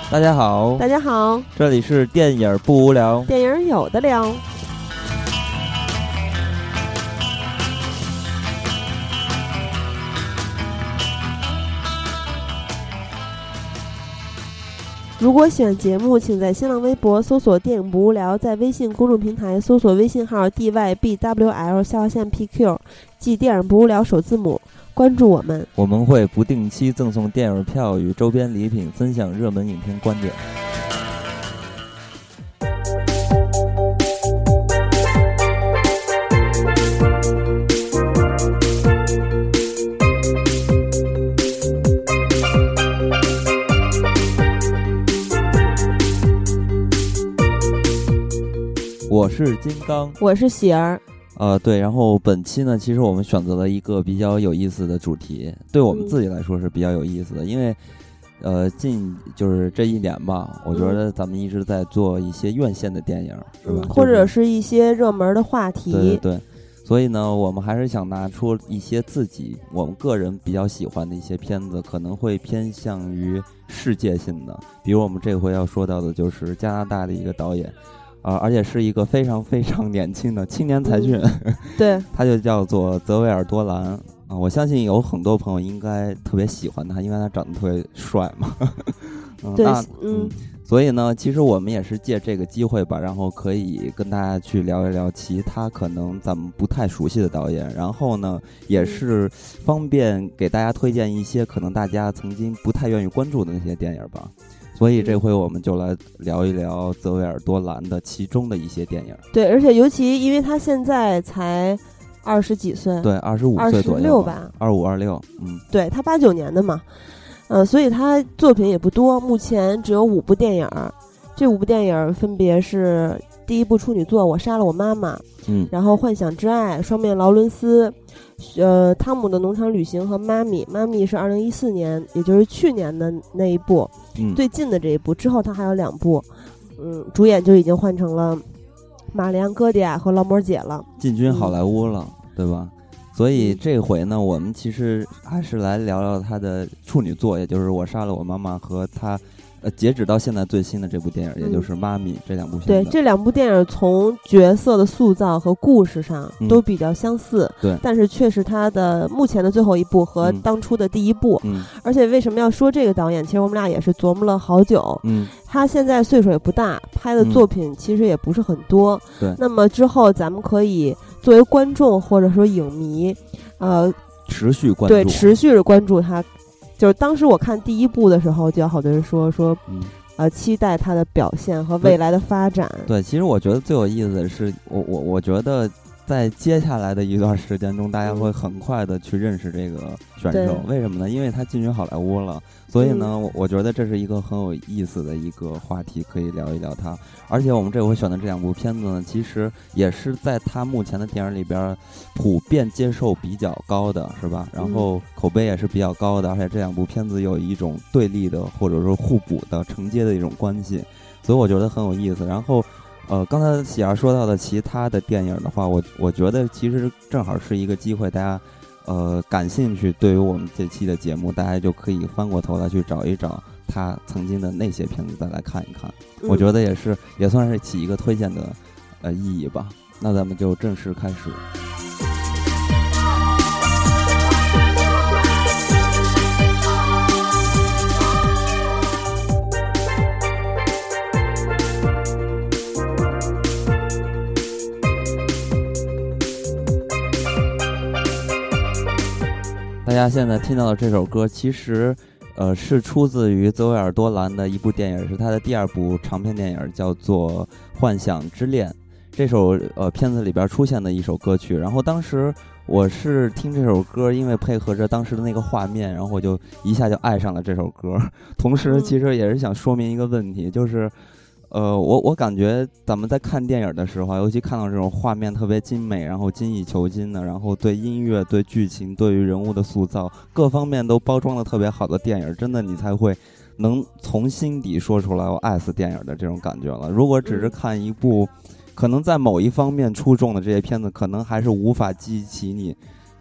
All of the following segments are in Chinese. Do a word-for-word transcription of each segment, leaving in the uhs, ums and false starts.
大家好， 大家好， 这里是电影不无聊， 电影有的聊。如果喜欢节目，请在新浪微博搜索电影不无聊，在微信公众平台搜索微信号 D Y B W L 下划线 P Q， 即电影不无聊首字母，关注我们。 我们会不定期赠送电影票与周边礼品，分享热门影片观点。我是金刚， 我是喜儿。 呃，对，然后本期呢，其实我们选择了一个比较有意思的主题，对我们自己来说是比较有意思的，嗯、因为，呃，近就是这一年吧，我觉得咱们一直在做一些院线的电影，嗯、是吧？ 或者是一些热门的话题。 对对对。所以呢，我们还是想拿出一些自己我们个人比较喜欢的一些片子，可能会偏向于世界性的，比如我们这回要说到的就是加拿大的一个导演。啊、呃，而且是一个非常非常年轻的青年才俊， 嗯、对， 他就叫做泽维尔多兰啊、呃。我相信有很多朋友应该特别喜欢他，因为他长得特别帅嘛。嗯， 对， 那嗯， 嗯，所以呢，其实我们也是借这个机会吧，然后可以跟大家去聊一聊其他可能咱们不太熟悉的导演，然后呢，也是方便给大家推荐一些可能大家曾经不太愿意关注的那些电影吧。所以这回我们就来聊一聊泽维尔多兰的其中的一些电影。 对，而且尤其因为他现在才二十几岁， 对，二十五岁左右， 二十六吧， 二五二六，嗯， 对，他八九年的嘛，呃，所以他作品也不多，目前只有五部电影，这五部电影分别是第一部处女作《我杀了我妈妈》， 嗯， 然后《幻想之爱》、双面劳伦斯。呃，汤姆的农场旅行和妈咪，妈咪是二零一四年，也就是去年的那一部， 嗯， 最近的这一部。之后他还有两部，嗯，主演就已经换成了玛丽安·戈迪亚和劳模姐了， 进军好莱坞了，嗯、对吧？所以这回呢，我们其实还是来聊聊他的处女作，也就是《我杀了我妈妈》和他。呃，截止到现在最新的这部电影，嗯、也就是《妈咪》这两部片子。 对，这两部电影从角色的塑造和故事上都比较相似。 嗯、对， 但是却是他的目前的最后一部和当初的第一部。 嗯。 而且为什么要说这个导演？其实我们俩也是琢磨了好久。 嗯。 他现在岁数也不大，拍的作品其实也不是很多。 对、嗯。 那么之后咱们可以作为观众或者说影迷，呃， 持续关注。 对，持续的关注他。就是当时我看第一部的时候，就有好多人说说， 嗯， 呃，期待他的表现和未来的发展。 对，其实我觉得最有意思的是，我我我觉得在接下来的一段时间中，大家会很快的去认识这个选手。为什么呢？因为他进军好莱坞了，所以呢，嗯、我我觉得这是一个很有意思的一个话题，可以聊一聊他。而且我们这回选的这两部片子呢，其实也是在他目前的电影里边普遍接受比较高的，是吧？然后口碑也是比较高的，而且这两部片子有一种对立的或者说互补的承接的一种关系，所以我觉得很有意思。然后，呃，刚才喜儿说到的其他的电影的话，我我觉得其实正好是一个机会，大家呃感兴趣，对于我们这期的节目，大家就可以翻过头来去找一找他曾经的那些片子，再来看一看。我觉得也是，也算是起一个推荐的呃意义吧。那咱们就正式开始。大家现在听到的这首歌，其实。呃，是出自于泽维尔多兰的一部电影，是他的第二部长篇电影，叫做《幻想之恋》。这首呃片子里边出现的一首歌曲，然后当时我是听这首歌，因为配合着当时的那个画面，然后我就一下就爱上了这首歌。同时，其实也是想说明一个问题，就是。呃，我我感觉咱们在看电影的时候，尤其看到这种画面特别精美，然后精益求精的，然后对音乐、对剧情、对于人物的塑造各方面都包装的特别好的电影，真的你才会能从心底说出来我爱死电影的这种感觉了。如果只是看一部可能在某一方面出众的这些片子，可能还是无法激起你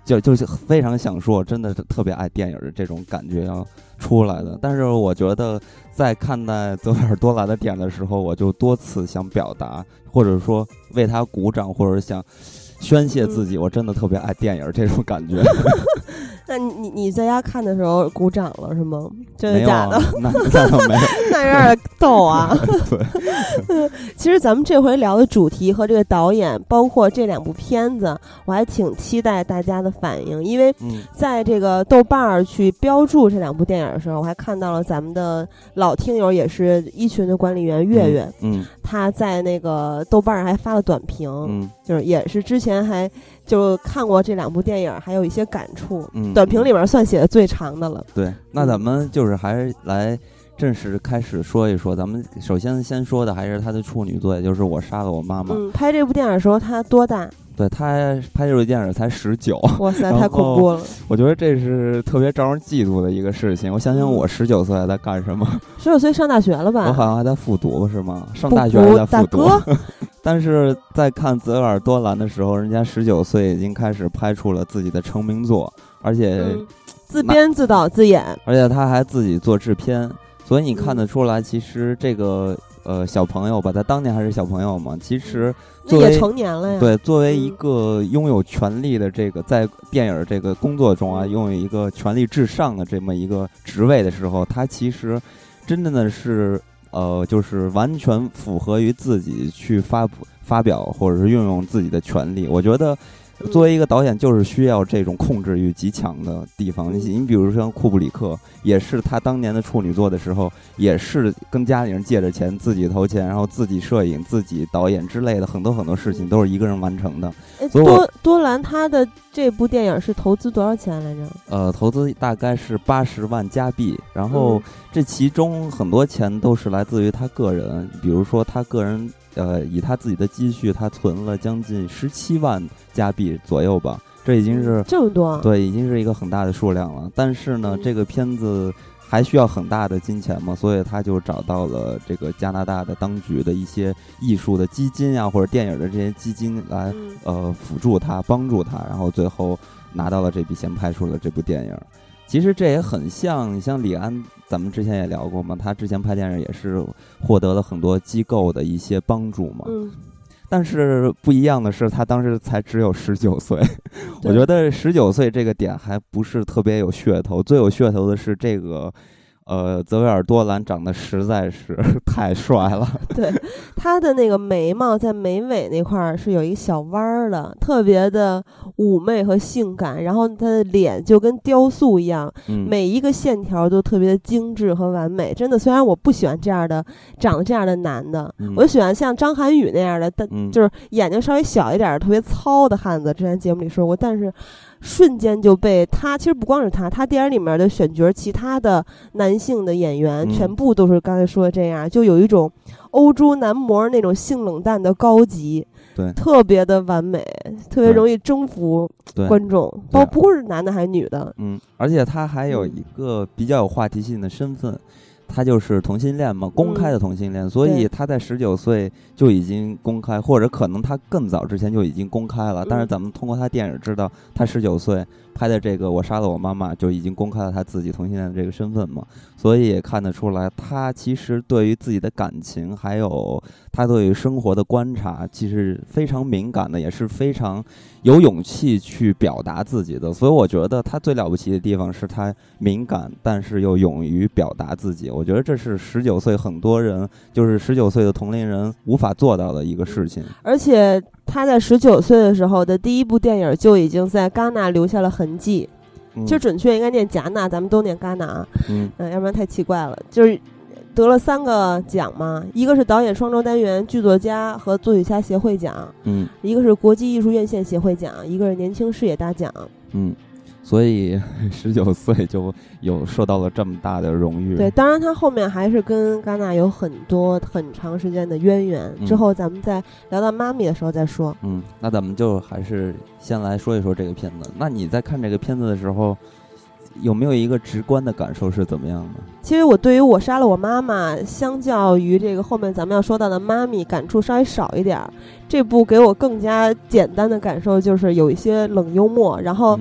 就就是非常想说，真的是特别爱电影的这种感觉要出来的。但是我觉得在看待泽维尔多兰的电影的时候，我就多次想表达，或者说为他鼓掌，或者想宣泄自己，嗯、我真的特别爱电影这种感觉。 那你你在家看的时候鼓掌了是吗？真的假的？ 啊、那那倒没有， 那有点逗啊。 对， 其实咱们这回聊的主题和这个导演，包括这两部片子，我还挺期待大家的反应，因为在这个豆瓣儿去标注这两部电影的时候，我还看到了咱们的老听友，也是一群的管理员月月， 嗯，嗯他在那个豆瓣儿还发了短评， 嗯， 就是也是之前还就看过这两部电影，还有一些感触， 嗯。 短评里面算写的最长的了。 对，那咱们就是还是来正式开始说一说。咱们首先先说的还是他的处女作，也就是《我杀了我妈妈》。 嗯，拍这部电影的时候他多大？ 对，他拍这部电影才十九。 哇塞，太恐怖了！ 我觉得这是特别招人嫉妒的一个事情。我想想，我十九岁还在干什么？ 十九岁上大学了吧？ 我好像还在复读，是吗？上大学还在复读。 大哥但是在看泽维尔多兰的时候，人家十九岁已经开始拍出了自己的成名作，而且、 嗯、自编自导自演， 而且他还自己做制片，所以你看得出来，其实这个呃小朋友吧，在当年还是小朋友嘛，其实作为也成年了呀。 对，作为一个拥有权力的这个在电影这个工作中啊，拥有一个权力至上的这么一个职位的时候，他其实真正的是。呃，就是完全符合于自己去发发表或者是运用自己的权利。我觉得作为一个导演，就是需要这种控制欲极强的地方。你你比如说像库布里克，也是他当年的处女作的时候，也是跟家里人借着钱，自己投钱，然后自己摄影、自己导演之类的很多很多事情都是一个人完成的。所以多多兰他的这部电影是投资多少钱来着？ 呃，投资大概是八十万加币，然后这其中很多钱都是来自于他个人，比如说他个人。呃，以他自己的积蓄，他存了将近十七万加币左右吧，这已经是这么多， 对，已经是一个很大的数量了。但是呢， 嗯、 这个片子还需要很大的金钱嘛，所以他就找到了这个加拿大的当局的一些艺术的基金啊，或者电影的这些基金来、 嗯、 呃辅助他，帮助他，然后最后拿到了这笔钱，拍出了这部电影。其实这也很像，你像李安，咱们之前也聊过嘛，他之前拍电影也是获得了很多机构的一些帮助嘛。 嗯。 但是不一样的是，他当时才只有十九岁，我觉得十九岁这个点还不是特别有噱头，最有噱头的是这个。呃，泽维尔多兰长得实在是太帅了。 对，他的那个眉毛在眉尾那块儿是有一个小弯儿的，特别的妩媚和性感。然后他的脸就跟雕塑一样， 嗯、 每一个线条都特别的精致和完美。真的，虽然我不喜欢这样的长得这样的男的， 嗯、 我就喜欢像张涵予那样的，但、 嗯、 就是眼睛稍微小一点、特别糙的汉子。之前节目里说过，但是。瞬间就被他，其实不光是他，他电影里面的选角，其他的男性的演员、 嗯、 全部都是刚才说的这样，就有一种欧洲男模那种性冷淡的高级， 对， 特别的完美，特别容易征服观众，包括不管是男的还是女的。 嗯，而且他还有一个比较有话题性的身份。嗯，他就是同性恋嘛，公开的同性恋， 嗯、 所以他在十九岁就已经公开，或者可能他更早之前就已经公开了。 嗯、 但是咱们通过他电影知道，他十九岁拍的这个《我杀了我妈妈》就已经公开了他自己同性恋的这个身份嘛，所以也看得出来，他其实对于自己的感情，还有他对于生活的观察，其实非常敏感的，也是非常有勇气去表达自己的。所以我觉得他最了不起的地方是他敏感，但是又勇于表达自己。我觉得这是十九岁很多人，就是十九岁的同龄人无法做到的一个事情。 而且他在十九岁的时候的第一部电影就已经在戛纳留下了痕迹， 嗯、 其实准确应该念戛纳，咱们都念戛纳， 嗯、 呃，要不然太奇怪了。就是得了三个奖嘛，一个是导演双周单元剧作家和作曲家协会奖， 嗯， 一个是国际艺术院线协会奖，一个是年轻视野大奖， 嗯。所以十九岁就有受到了这么大的荣誉。 对，当然他后面还是跟戛纳有很多很长时间的渊源， 嗯、 之后咱们在聊到妈咪的时候再说。 嗯，那咱们就还是先来说一说这个片子。那你在看这个片子的时候，有没有一个直观的感受是怎么样的？ 其实我对于我杀了我妈妈，相较于这个后面咱们要说到的妈咪，感触稍微少一点。这部给我更加简单的感受就是有一些冷幽默，然后、 嗯、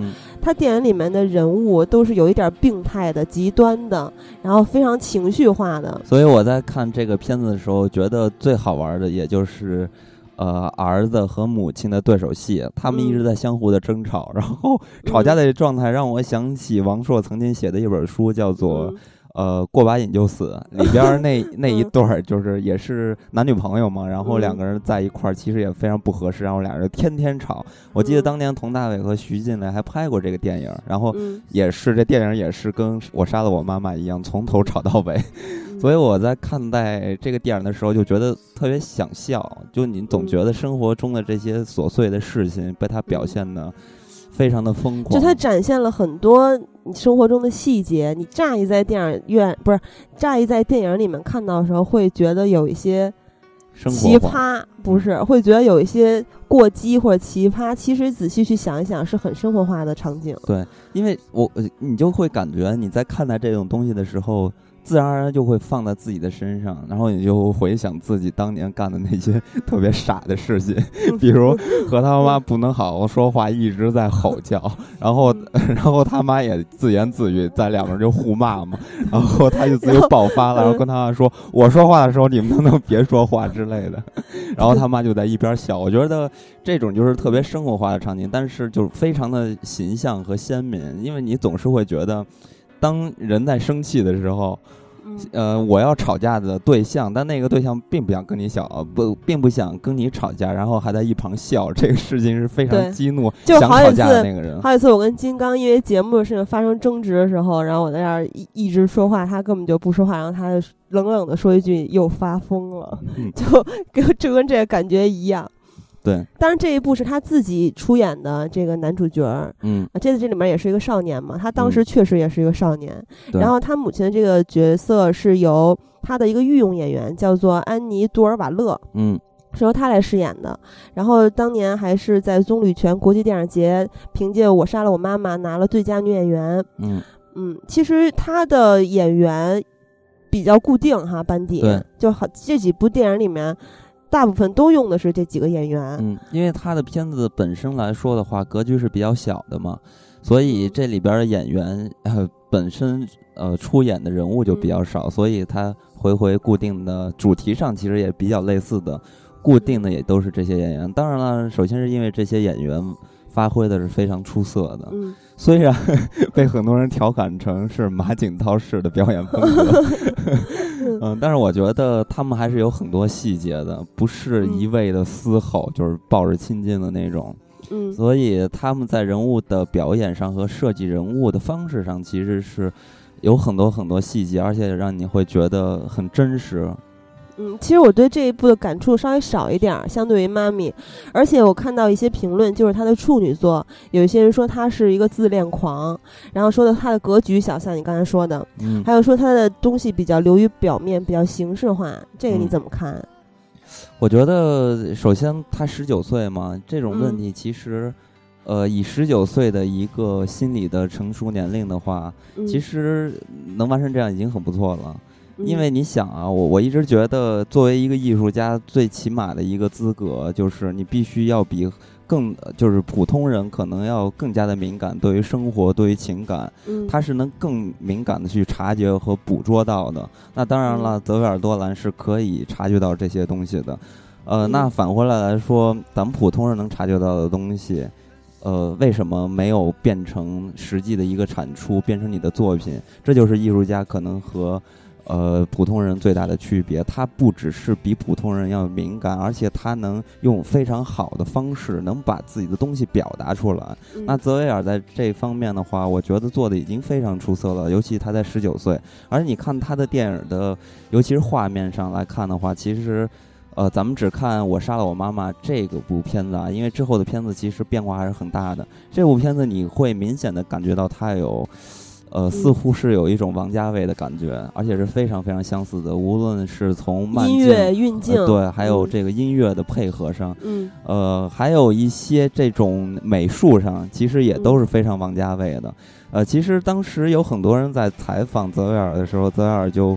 他电影里面的人物都是有一点病态的、极端的，然后非常情绪化的。 所以我在看这个片子的时候，觉得最好玩的也就是呃，儿子和母亲的对手戏，他们一直在相互的争吵，嗯、然后吵架的状态让我想起王朔曾经写的一本书，叫做、嗯、呃过把瘾就死，里边那那一对儿就是也是男女朋友嘛，然后两个人在一块儿其实也非常不合适，然后俩人天天吵。我记得当年佟大为和徐静蕾还拍过这个电影，然后也是这电影也是跟我杀了我妈妈一样，从头吵到尾。所以我在看待这个电影的时候就觉得特别想笑，就你总觉得生活中的这些琐碎的事情被他表现的非常的疯狂， 就他展现了很多你生活中的细节，你乍一在电影院不是乍一在电影里面看到的时候会觉得有一些奇葩，不是会觉得有一些过激或者奇葩，其实仔细去想一想是很生活化的场景。 对，因为我你就会感觉你在看待这种东西的时候自然而然就会放在自己的身上，然后你就回想自己当年干的那些特别傻的事情，比如和他妈不能好好说话，一直在吼叫，然后然后他妈也自言自语，在两个人就互骂嘛，然后他就自己爆发了，然后跟他妈说我说话的时候你们能不能别说话之类的，然后他妈就在一边笑。我觉得这种就是特别生活化的场景，但是就是非常的形象和鲜明，因为你总是会觉得当人在生气的时候，呃，我要吵架的对象，但那个对象并不想跟你小不，并不想跟你吵架，然后还在一旁笑，这个事情是非常激怒想吵架的那个人。 好几次我跟金刚因为节目的事情发生争执的时候，然后我在那儿一一直说话，他根本就不说话，然后他冷冷的说一句又发疯了，嗯、就跟就跟这个感觉一样。 对， 当然这一部是他自己出演的这个男主角， 嗯， 这次这里面也是一个少年嘛，他当时确实也是一个少年。 嗯、 然后他母亲的这个角色是由他的一个御用演员叫做安妮·杜尔瓦勒， 嗯， 是由他来饰演的。然后当年还是在棕榈泉国际电影节凭借《我杀了我妈妈》拿了最佳女演员。 嗯嗯，其实他的演员比较固定哈，班底就好，这几部电影里面大部分都用的是这几个演员。 嗯，因为他的片子本身来说的话，格局是比较小的嘛，所以这里边的演员呃本身呃出演的人物就比较少，嗯、所以他回回固定的主题上其实也比较类似的，固定的也都是这些演员。当然了，首先是因为这些演员发挥的是非常出色的， 嗯， 虽然被很多人调侃成是马景涛式的表演风格，嗯，但是我觉得他们还是有很多细节的，不是一味的嘶吼，嗯、就是抱着亲近的那种， 嗯， 所以他们在人物的表演上和设计人物的方式上，其实是有很多很多细节，而且让你会觉得很真实。 嗯，其实我对这一部的感触稍微少一点，相对于妈咪，而且我看到一些评论，就是他的处女作，有一些人说他是一个自恋狂，然后说的他的格局小，像你刚才说的， 嗯， 还有说他的东西比较流于表面，比较形式化，这个你怎么看？嗯、 我觉得首先他十九岁嘛，这种问题其实，嗯、呃，以十九岁的一个心理的成熟年龄的话， 嗯、 其实能完成这样已经很不错了。因为你想啊，我我一直觉得作为一个艺术家，最起码的一个资格就是你必须要比更就是普通人可能要更加的敏感，对于生活，对于情感， 嗯， 他是能更敏感的去察觉和捕捉到的。那当然了，泽维尔多兰是可以察觉到这些东西的。呃， 嗯、 那反过来来说，咱们普通人能察觉到的东西，呃，为什么没有变成实际的一个产出，变成你的作品？这就是艺术家可能和呃，普通人最大的区别，他不只是比普通人要敏感，而且他能用非常好的方式能把自己的东西表达出来。 嗯、 那泽维尔在这方面的话，我觉得做的已经非常出色了，尤其他在十九岁。而且你看他的电影的，尤其是画面上来看的话，其实呃，咱们只看《我杀了我妈妈》这个部片子啊，因为之后的片子其实变化还是很大的。这部片子你会明显的感觉到它有呃，似乎是有一种王家卫的感觉，而且是非常非常相似的，无论是从慢镜、 音乐运镜、 呃，对，还有这个音乐的配合上， 嗯， 呃，还有一些这种美术上，其实也都是非常王家卫的。呃，其实当时有很多人在采访泽维尔的时候，泽维尔就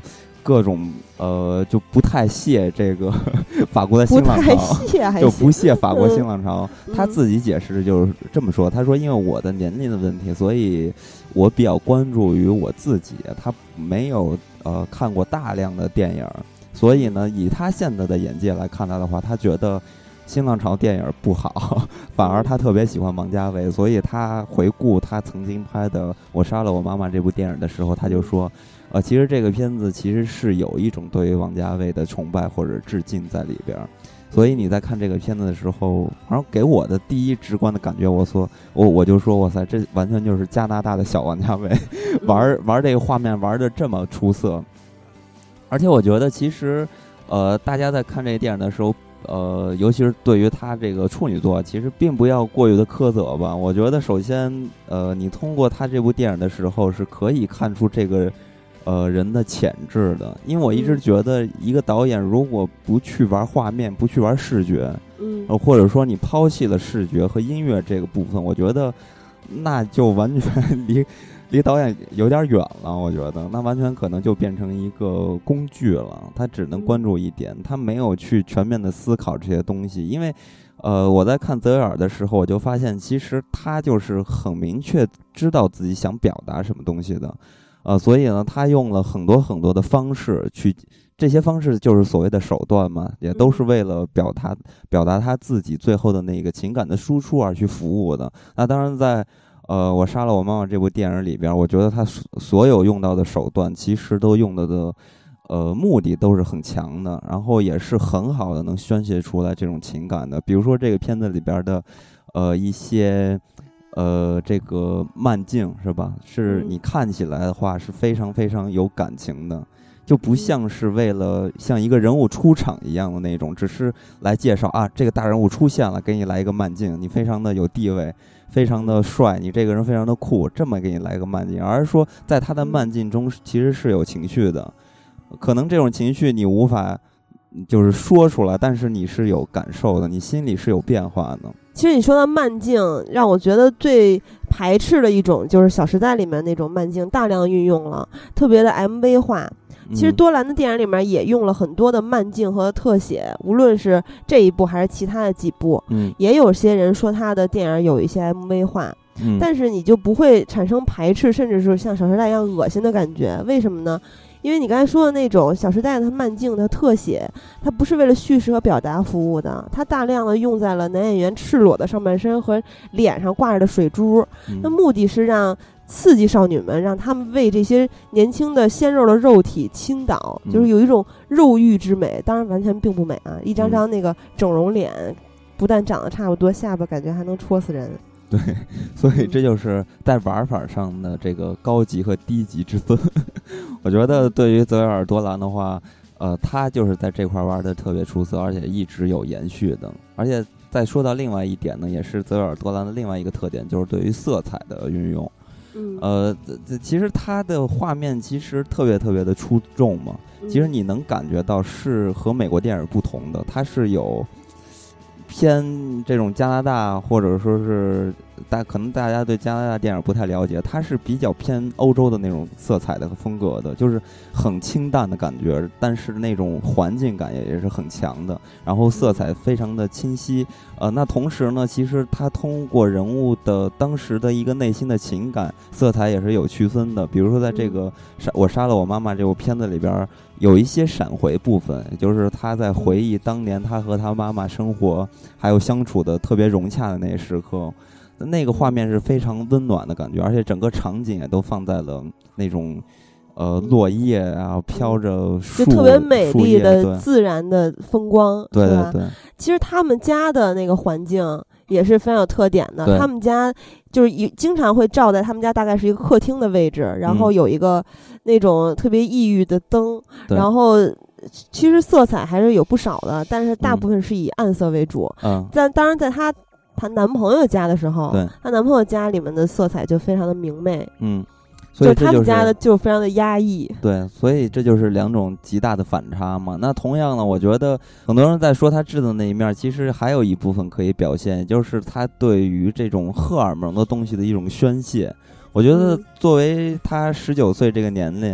各种呃就不太屑这个法国的新浪潮，就不屑法国新浪潮。嗯、他自己解释就是这么说，他说因为我的年龄的问题，所以我比较关注于我自己，他没有呃看过大量的电影，所以呢，以他现在的眼界来看他的话，他觉得新浪潮电影不好，反而他特别喜欢王家卫，所以他回顾他曾经拍的《我杀了我妈妈》这部电影的时候，他就说。呃，其实这个片子其实是有一种对于王家卫的崇拜或者致敬在里边，所以你在看这个片子的时候，反正给我的第一直观的感觉，我说我我就说哇塞，这完全就是加拿大的小王家卫，玩玩这个画面玩的这么出色，而且我觉得其实呃大家在看这个电影的时候。呃，尤其是对于他这个处女座，其实并不要过于的苛责吧。我觉得首先，呃，你通过他这部电影的时候，是可以看出这个呃人的潜质的。因为我一直觉得，一个导演如果不去玩画面，不去玩视觉，嗯、呃，或者说你抛弃了视觉和音乐这个部分，我觉得那就完全离。离导演有点远了，我觉得那完全可能就变成一个工具了。他只能关注一点，他没有去全面的思考这些东西。因为，呃，我在看泽维尔的时候，我就发现其实他就是很明确知道自己想表达什么东西的，呃，所以呢，他用了很多很多的方式去，这些方式就是所谓的手段嘛，也都是为了表达表达他自己最后的那个情感的输出而去服务的。那当然在。呃，我杀了我妈妈这部电影里边，我觉得他所有用到的手段，其实都用到的，呃，目的都是很强的，然后也是很好的能宣泄出来这种情感的。比如说这个片子里边的，呃，一些，呃，这个慢镜是吧？是你看起来的话是非常非常有感情的。就不像是为了像一个人物出场一样的那种，只是来介绍啊，这个大人物出现了，给你来一个慢镜，你非常的有地位，非常的帅，你这个人非常的酷，这么给你来一个慢镜，而是说在他的慢镜中其实是有情绪的，可能这种情绪你无法就是说出来，但是你是有感受的，你心里是有变化的。 其实你说到慢镜，让我觉得最排斥的一种就是《小时代》里面那种慢镜大量运用了，特别的 M V 化。其实多兰的电影里面也用了很多的慢镜和特写，无论是这一部还是其他的几部， 嗯， 也有些人说他的电影有一些 M V 化， 嗯， 但是你就不会产生排斥，甚至是像《小时代》一样恶心的感觉。为什么呢？因为你刚才说的那种《小时代》的慢镜的特写，它不是为了叙事和表达服务的，它大量的用在了男演员赤裸的上半身和脸上挂着的水珠， 嗯， 那目的是让刺激少女们，让他们为这些年轻的鲜肉的肉体倾倒， 嗯， 就是有一种肉欲之美。当然完全并不美啊，一张张那个整容脸，嗯，不但长得差不多，下巴感觉还能戳死人。 对，所以这就是在玩法上的这个高级和低级之分。我觉得对于泽维尔多兰的话，呃，他就是在这块玩的特别出色，而且一直有延续的。而且再说到另外一点呢，也是泽维尔多兰的另外一个特点，就是对于色彩的运用。 嗯， 呃，其实它的画面其实特别特别的出众嘛，其实你能感觉到是和美国电影不同的，它是有偏这种加拿大，或者说是大可能大家对加拿大电影不太了解，它是比较偏欧洲的那种色彩的风格的，就是很清淡的感觉，但是那种环境感也也是很强的，然后色彩非常的清晰。呃，那同时呢，其实它通过人物的当时的一个内心的情感，色彩也是有区分的。比如说在这个杀我杀了我妈妈这部片子里边，有一些闪回部分，也就是他在回忆当年他和他妈妈生活还有相处的特别融洽的那些时刻，那个画面是非常温暖的感觉，而且整个场景也都放在了那种呃落叶啊飘着树， 就特别美丽的自然的风光。 对对对， 其实他们家的那个环境也是非常有特点的，他们家就是一经常会照在他们家大概是一个客厅的位置，然后有一个那种特别异域的灯， 嗯， 然后其实色彩还是有不少的，但是大部分是以暗色为主。 嗯， 但当然在她她男朋友家的时候， 对， 她男朋友家里面的色彩就非常的明媚。 嗯。所以就他们家的就非常的压抑， 对，所以这就是两种极大的反差嘛。那同样呢，我觉得很多人在说他智的那一面，其实还有一部分可以表现，也就是他对于这种荷尔蒙的东西的一种宣泄。我觉得作为他十九岁这个年龄，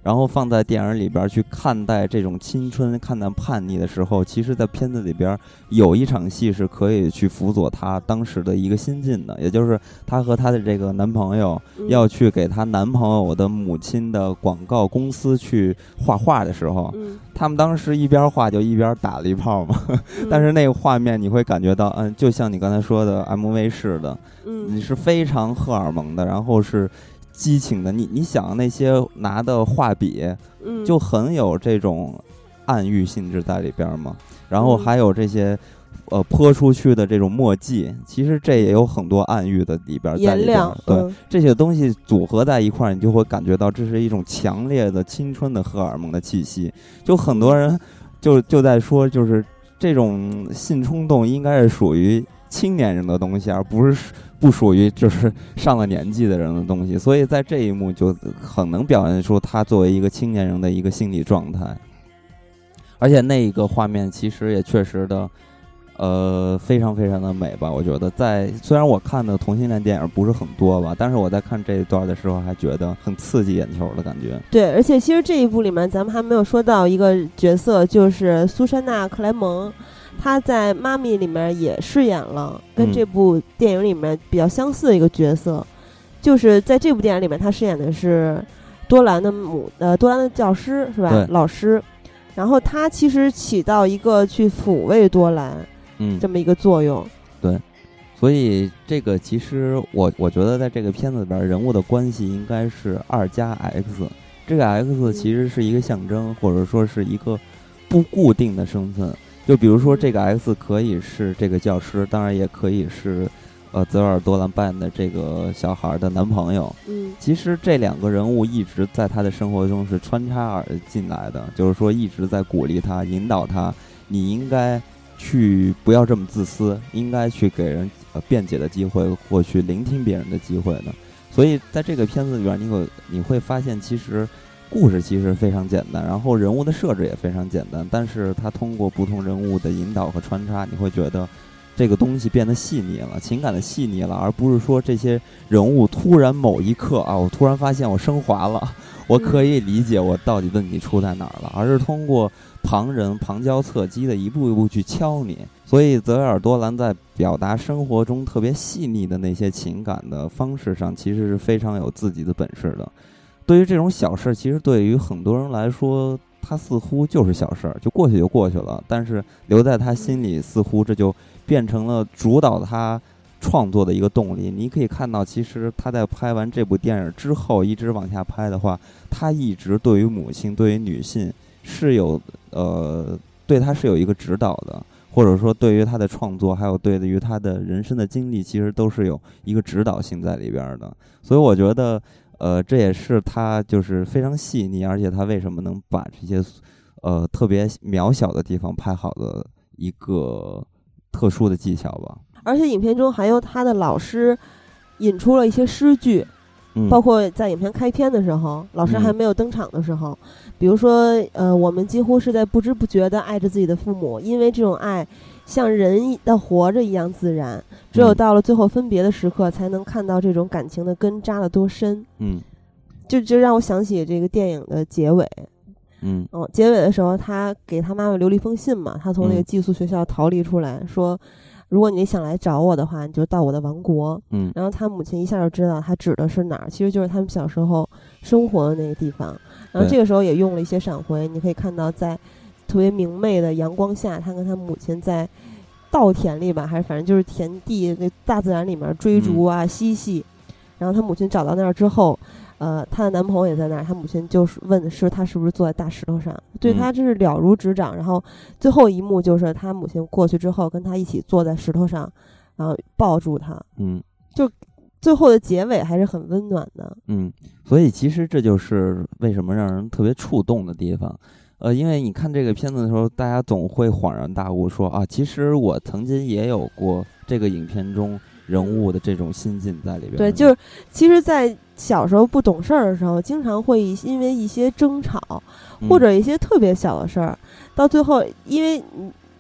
然后放在电影里边去看待这种青春、看待叛逆的时候，其实在片子里边有一场戏是可以去辅佐她当时的一个心境的，也就是她和她的这个男朋友要去给她男朋友的母亲的广告公司去画画的时候， 嗯， 他们当时一边画就一边打了一炮嘛，嗯、但是那个画面你会感觉到，嗯，就像你刚才说的 M V 式的， 嗯， 你是非常荷尔蒙的，然后是激情的，你你想那些拿的画笔， 嗯， 就很有这种暗喻性质在里边嘛，然后还有这些。呃，泼出去的这种墨迹，其实这也有很多暗喻的里边在里边。对、嗯，这些东西组合在一块儿，你就会感觉到这是一种强烈的青春的荷尔蒙的气息。就很多人就就在说，就是这种性冲动应该是属于青年人的东西，而不是不属于就是上了年纪的人的东西。所以在这一幕就很能表现出他作为一个青年人的一个心理状态。而且那一个画面其实也确实的。呃，非常非常的美吧，我觉得在虽然我看的同性恋电影不是很多吧，但是我在看这一段的时候还觉得很刺激眼球的感觉。 对，而且其实这一部里面咱们还没有说到一个角色，就是苏珊娜·克莱蒙，她在《妈咪》里面也饰演了跟这部电影里面比较相似的一个角色，嗯、就是在这部电影里面，她饰演的是多兰的母呃多兰的教师是吧？老师，然后她其实起到一个去抚慰多兰。 嗯， 这么一个作用， 对，所以这个其实我我觉得在这个片子里边，人物的关系应该是二加 X， 这个 X 其实是一个象征，嗯、或者说是一个不固定的身份。就比如说这个 X 可以是这个教师，当然也可以是呃泽尔多兰扮的这个小孩的男朋友。 嗯， 其实这两个人物一直在他的生活中是穿插而进来的，就是说一直在鼓励他、引导他，你应该。去不要这么自私，应该去给人呃辩解的机会，或去聆听别人的机会的。所以在这个片子里边，你会你会发现，其实故事其实非常简单，然后人物的设置也非常简单，但是它通过不同人物的引导和穿插，你会觉得这个东西变得细腻了，情感的细腻了，而不是说这些人物突然某一刻啊，我突然发现我升华了，我可以理解我到底问题出在哪儿了，而是通过旁人旁敲侧击的一步一步去敲你。所以泽尔多兰在表达生活中特别细腻的那些情感的方式上，其实是非常有自己的本事的。对于这种小事，其实对于很多人来说，它似乎就是小事，就过去就过去了，但是留在他心里，似乎这就变成了主导他创作的一个动力。你可以看到，其实他在拍完这部电影之后一直往下拍的话，他一直对于母亲对于女性是有呃对他是有一个指导的，或者说对于他的创作还有对于他的人生的经历，其实都是有一个指导性在里边的。所以我觉得呃这也是他就是非常细腻，而且他为什么能把这些呃特别渺小的地方拍好的一个特殊的技巧吧。 而且影片中还有他的老师引出了一些诗句， 嗯、 包括在影片开篇的时候，老师还没有登场的时候，嗯、比如说呃，我们几乎是在不知不觉地爱着自己的父母，因为这种爱像人的活着一样自然，只有到了最后分别的时刻，才能看到这种感情的根扎得多深。 嗯， 就就让我想起这个电影的结尾。 嗯， 哦，结尾的时候，他给他妈妈留了一封信嘛，他从那个寄宿学校逃离出来，嗯、说如果你想来找我的话，你就到我的王国。 嗯， 然后他母亲一下就知道他指的是哪儿，其实就是他们小时候生活的那个地方。然后这个时候也用了一些闪回，你可以看到在特别明媚的阳光下，他跟他母亲在稻田里吧，还是反正就是田地那大自然里面追逐啊、嗯、嬉戏。然后他母亲找到那儿之后，呃，她的男朋友也在那儿，她母亲就是问是他是不是坐在大石头上，对他真是了如指掌。嗯、然后最后一幕就是他母亲过去之后，跟他一起坐在石头上，然后抱住他， 嗯， 就最后的结尾还是很温暖的。 嗯，所以其实这就是为什么让人特别触动的地方。呃，因为你看这个片子的时候，大家总会恍然大悟说啊，其实我曾经也有过这个影片中人物的这种心境在里边。 对，就是其实在小时候不懂事儿的时候，经常会因为一些争吵或者一些特别小的事儿，嗯、到最后因为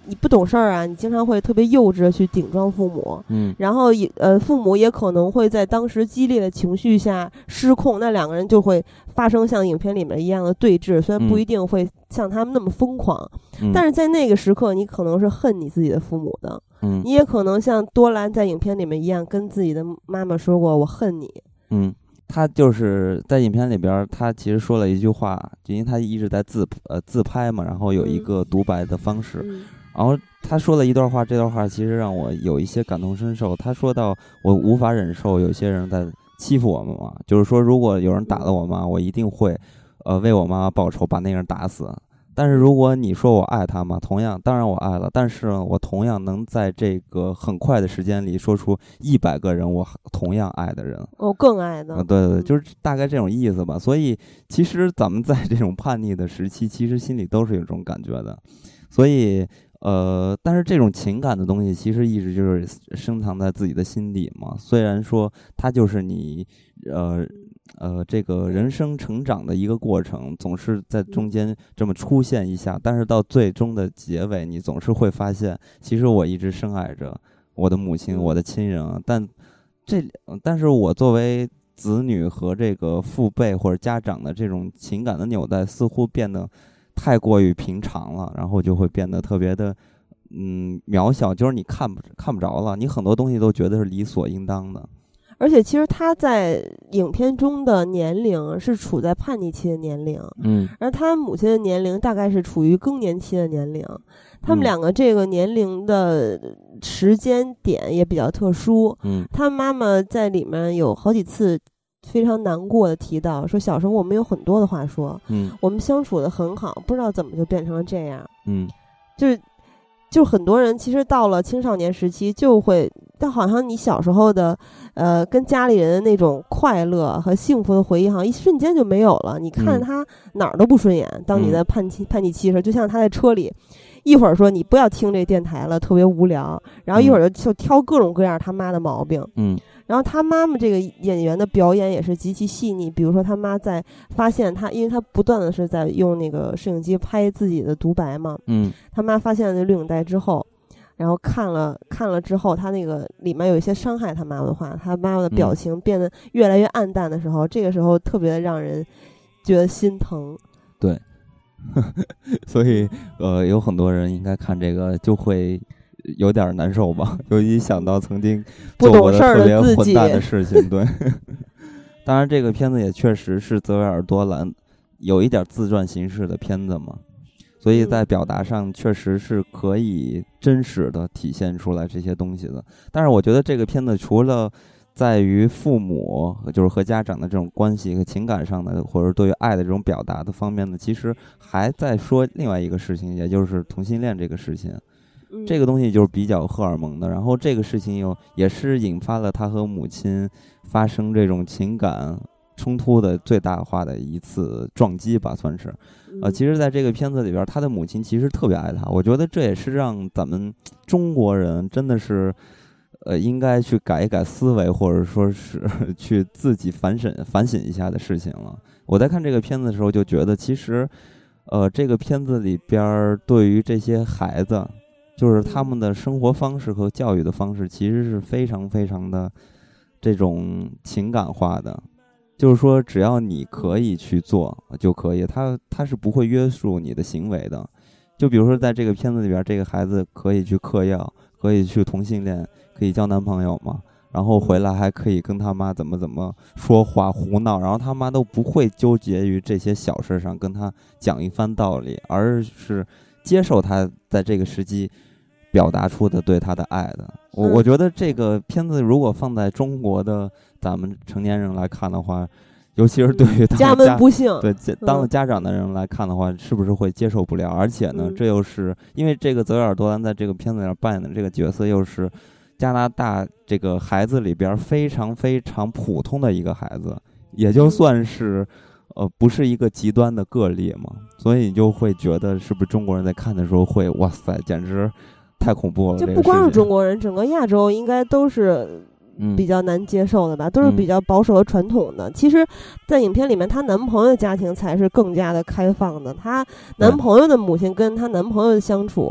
你不懂事儿啊，你经常会特别幼稚的去顶撞父母， 嗯， 然后也呃父母也可能会在当时激烈的情绪下失控，那两个人就会发生像影片里面一样的对峙，虽然不一定会像他们那么疯狂， 嗯、 但是在那个时刻你可能是恨你自己的父母的， 嗯， 你也可能像多兰在影片里面一样跟自己的妈妈说过我恨你。 嗯，他就是在影片里边，他其实说了一句话，就因为他一直在自呃自拍嘛，然后有一个独白的方式， 嗯、 然后他说了一段话，这段话其实让我有一些感同身受。他说到我无法忍受有些人在欺负我们嘛，就是说如果有人打了我妈，我一定会呃为我妈妈报仇，把那个人打死。但是如果你说我爱他嘛，同样当然我爱了，但是我同样能在这个很快的时间里说出一百个人我同样爱的人， 我更爱的、 呃、对对对，就是大概这种意思吧。所以其实咱们在这种叛逆的时期，其实心里都是有这种感觉的。所以呃，但是这种情感的东西其实一直就是深藏在自己的心底嘛。虽然说它就是你呃呃这个人生成长的一个过程，总是在中间这么出现一下，但是到最终的结尾，你总是会发现，其实我一直深爱着我的母亲，我的亲人，但这但是我作为子女和这个父辈或者家长的这种情感的纽带，似乎变得太过于平常了，然后就会变得特别的嗯渺小，就是你看不看不着了，你很多东西都觉得是理所应当的。 而且其实他在影片中的年龄是处在叛逆期的年龄， 嗯， 而他母亲的年龄大概是处于更年期的年龄，他们两个这个年龄的时间点也比较特殊。 嗯， 他妈妈在里面有好几次非常难过的提到说，小时候我们有很多的话说， 嗯， 我们相处的很好，不知道怎么就变成了这样。 嗯， 就是就很多人其实到了青少年时期就会，但好像你小时候的呃跟家里人的那种快乐和幸福的回忆好像一瞬间就没有了，你看他哪儿都不顺眼、嗯、当你在叛逆叛逆期的时候，就像他在车里一会儿说你不要听这电台了特别无聊，然后一会儿就就挑各种各样他妈的毛病。 嗯， 然后他妈妈这个演员的表演也是极其细腻，比如说他妈在发现他，因为他不断的是在用那个摄影机拍自己的独白嘛， 嗯， 他妈发现了那录影带之后，然后看了看了之后，他那个里面有一些伤害他妈妈的话，他妈妈的表情变得越来越暗淡的时候、嗯、这个时候特别让人觉得心疼。 对所以呃，有很多人应该看这个就会有点难受吧，尤其想到曾经做过的特别混蛋的事情。对，当然这个片子也确实是泽维尔多兰有一点自传形式的片子嘛，所以在表达上确实是可以真实的体现出来这些东西的。但是我觉得这个片子除了在于父母就是和家长的这种关系和情感上的，或者对于爱的这种表达的方面呢，其实还在说另外一个事情，也就是同性恋这个事情。这个东西就是比较荷尔蒙的，然后这个事情又也是引发了他和母亲发生这种情感冲突的最大化的一次撞击吧，算是。呃，其实在这个片子里边，他的母亲其实特别爱他，我觉得这也是让咱们中国人真的是呃应该去改一改思维，或者说是去自己反省反省一下的事情了。我在看这个片子的时候就觉得，其实呃这个片子里边对于这些孩子，就是他们的生活方式和教育的方式其实是非常非常的这种情感化的，就是说只要你可以去做就可以，他他是不会约束你的行为的。就比如说在这个片子里边，这个孩子可以去嗑药，可以去同性恋，可以交男朋友嘛，然后回来还可以跟他妈怎么怎么说话胡闹，然后他妈都不会纠结于这些小事上跟他讲一番道理，而是接受他在这个时机表达出的对他的爱的。我我觉得这个片子如果放在中国的咱们成年人来看的话，尤其是对于当家门不幸对当了家长的人来看的话，是不是会接受不了？而且呢，这又是因为这个泽维尔多兰在这个片子里扮演的这个角色，又是加拿大这个孩子里边非常非常普通的一个孩子，也就算是呃，不是一个极端的个例嘛，所以你就会觉得是不是中国人在看的时候会哇塞，简直太恐怖了。 这不光是中国人，整个亚洲应该都是比较难接受的吧、嗯、都是比较保守和传统的、嗯、其实在影片里面她男朋友的家庭才是更加的开放的，她男朋友的母亲跟她男朋友的相处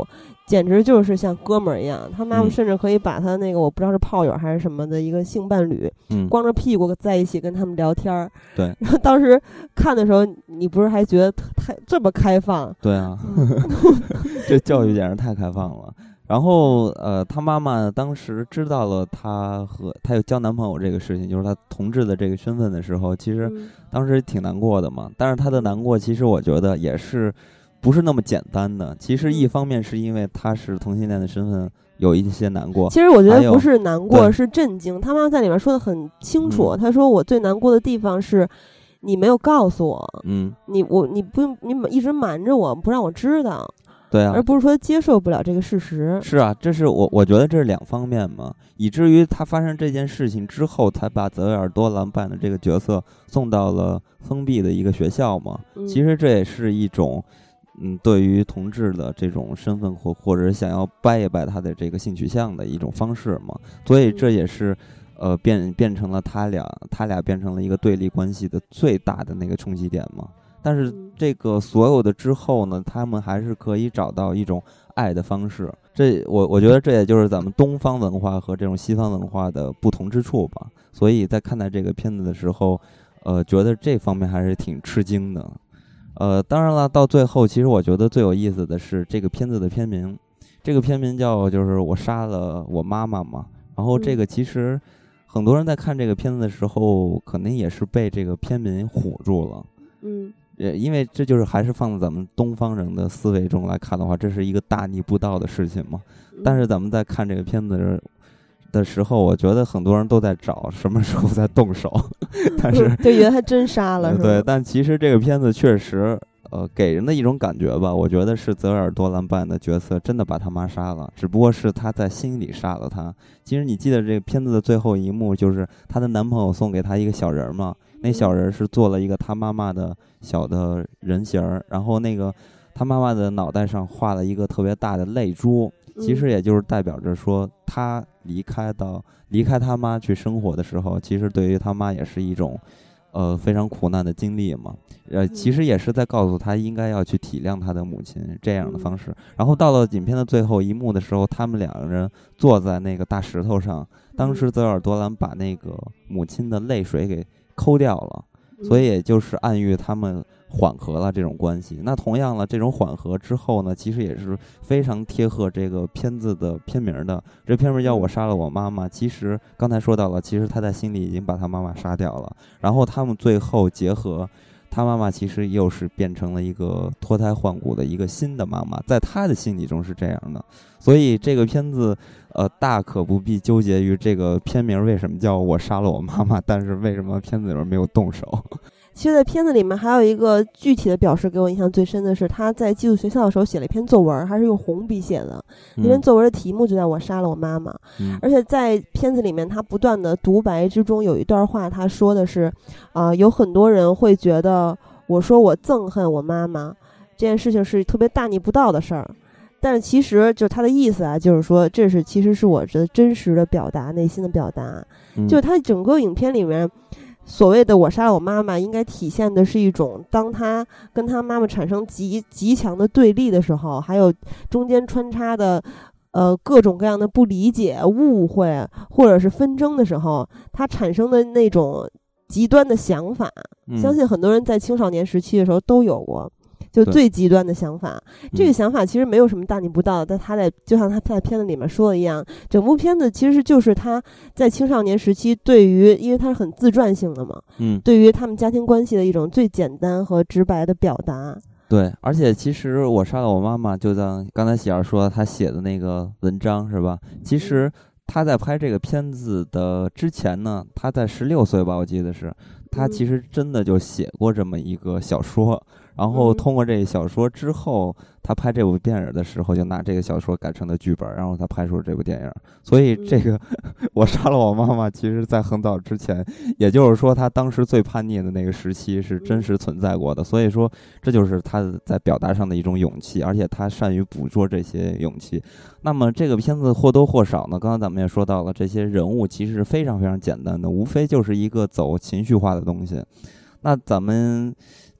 简直就是像哥们儿一样。他妈妈嗯甚至可以把他那个我不知道是炮友还是什么的一个性伴侣， 嗯， 光着屁股在一起跟他们聊天儿。 对， 然后当时看的时候，你不是还觉得太这么开放？ 对啊，这教育简直太开放了。然后呃，他妈妈当时知道了他和他有交男朋友这个事情，就是他同志的这个身份的时候，其实嗯当时挺难过的嘛。但是他的难过，其实我觉得也是不是那么简单的。其实一方面是因为他是同性恋的身份有一些难过， 其实我觉还有得不是难过， 对是震惊。他妈妈在里面说的很清楚， 嗯他说我最难过的地方是你没有告诉我， 嗯， 你我你不用你一直瞒着我，不让我知道。 对啊， 而不是说接受不了这个事实。 是啊，这是我我觉得这是两方面嘛，以至于他发生这件事情之后，才把泽维尔多兰扮的这个角色送到了封闭的一个学校嘛。 嗯、 其实这也是一种，嗯，对于同志的这种身份或或者想要掰一掰他的这个性取向的一种方式嘛。所以这也是，呃，变变成了他俩他俩变成了一个对立关系的最大的那个冲击点嘛。但是这个所有的之后呢，他们还是可以找到一种爱的方式。这我我觉得这也就是咱们东方文化和这种西方文化的不同之处吧。所以在看待这个片子的时候，呃，觉得这方面还是挺吃惊的。呃，当然了，到最后，其实我觉得最有意思的是这个片子的片名。这个片名叫就是我杀了我妈妈嘛。然后这个其实很多人在看这个片子的时候，可能也是被这个片名唬住了。 嗯。 呃，因为这就是还是放在咱们东方人的思维中来看的话，这是一个大逆不道的事情嘛。但是咱们在看这个片子的时候，我觉得很多人都在找什么时候在动手，但是就以为他真杀了，是吧？ 对，但其实这个片子确实，呃，给人的一种感觉吧，我觉得是泽尔多兰扮的角色真的把他妈杀了，只不过是他在心里杀了他。其实你记得这个片子的最后一幕，就是她的男朋友送给她一个小人嘛。那小人是做了一个他妈妈的小的人形儿，然后那个他妈妈的脑袋上画了一个特别大的泪珠，其实也就是代表着说他离开到离开他妈去生活的时候，其实对于他妈也是一种呃非常苦难的经历嘛。呃，其实也是在告诉他应该要去体谅他的母亲这样的方式。然后到了影片的最后一幕的时候，他们两个人坐在那个大石头上，当时泽尔多兰把那个母亲的泪水给抠掉了，所以也就是暗喻他们缓和了这种关系。那同样了，这种缓和之后呢，其实也是非常贴合这个片子的片名的。这片名叫我杀了我妈妈，其实刚才说到了，其实他在心里已经把他妈妈杀掉了，然后他们最后结合，他妈妈其实又是变成了一个脱胎换骨的一个新的妈妈，在他的心理中是这样的。所以这个片子呃，大可不必纠结于这个片名为什么叫我杀了我妈妈，但是为什么片子里面没有动手。 其实在片子里面还有一个具体的表示给我印象最深的是，他在寄宿学校的时候写了一篇作文，还是用红笔写的，那篇作文的题目就叫我杀了我妈妈、嗯、而且在片子里面他不断的独白之中有一段话，他说的是啊、呃，有很多人会觉得我说我憎恨我妈妈这件事情是特别大逆不道的事儿，但是其实就他的意思啊，就是说这是其实是我的真实的表达，内心的表达、嗯、就是他整个影片里面所谓的我杀了我妈妈应该体现的是一种当他跟他妈妈产生极极强的对立的时候，还有中间穿插的呃各种各样的不理解、误会或者是纷争的时候，他产生的那种极端的想法、嗯、相信很多人在青少年时期的时候都有过，就最极端的想法。这个想法其实没有什么大逆不道的，但他在就像他在片子里面说的一样，整部片子其实就是他在青少年时期对于，因为他是很自传性的嘛，嗯，对于他们家庭关系的一种最简单和直白的表达。 对，而且其实我杀了我妈妈，就像刚才喜儿说他写的那个文章是吧？其实他在拍这个片子的之前呢，他在十六岁吧，我记得是，他其实真的就写过这么一个小说。然后通过这个小说之后，他拍这部电影的时候就拿这个小说改成了剧本，然后他拍出了这部电影。所以这个我杀了我妈妈其实在很早之前，也就是说他当时最叛逆的那个时期是真实存在过的。所以说这就是他在表达上的一种勇气，而且他善于捕捉这些勇气。那么这个片子或多或少呢，刚刚咱们也说到了，这些人物其实非常非常简单的，无非就是一个走情绪化的东西。那咱们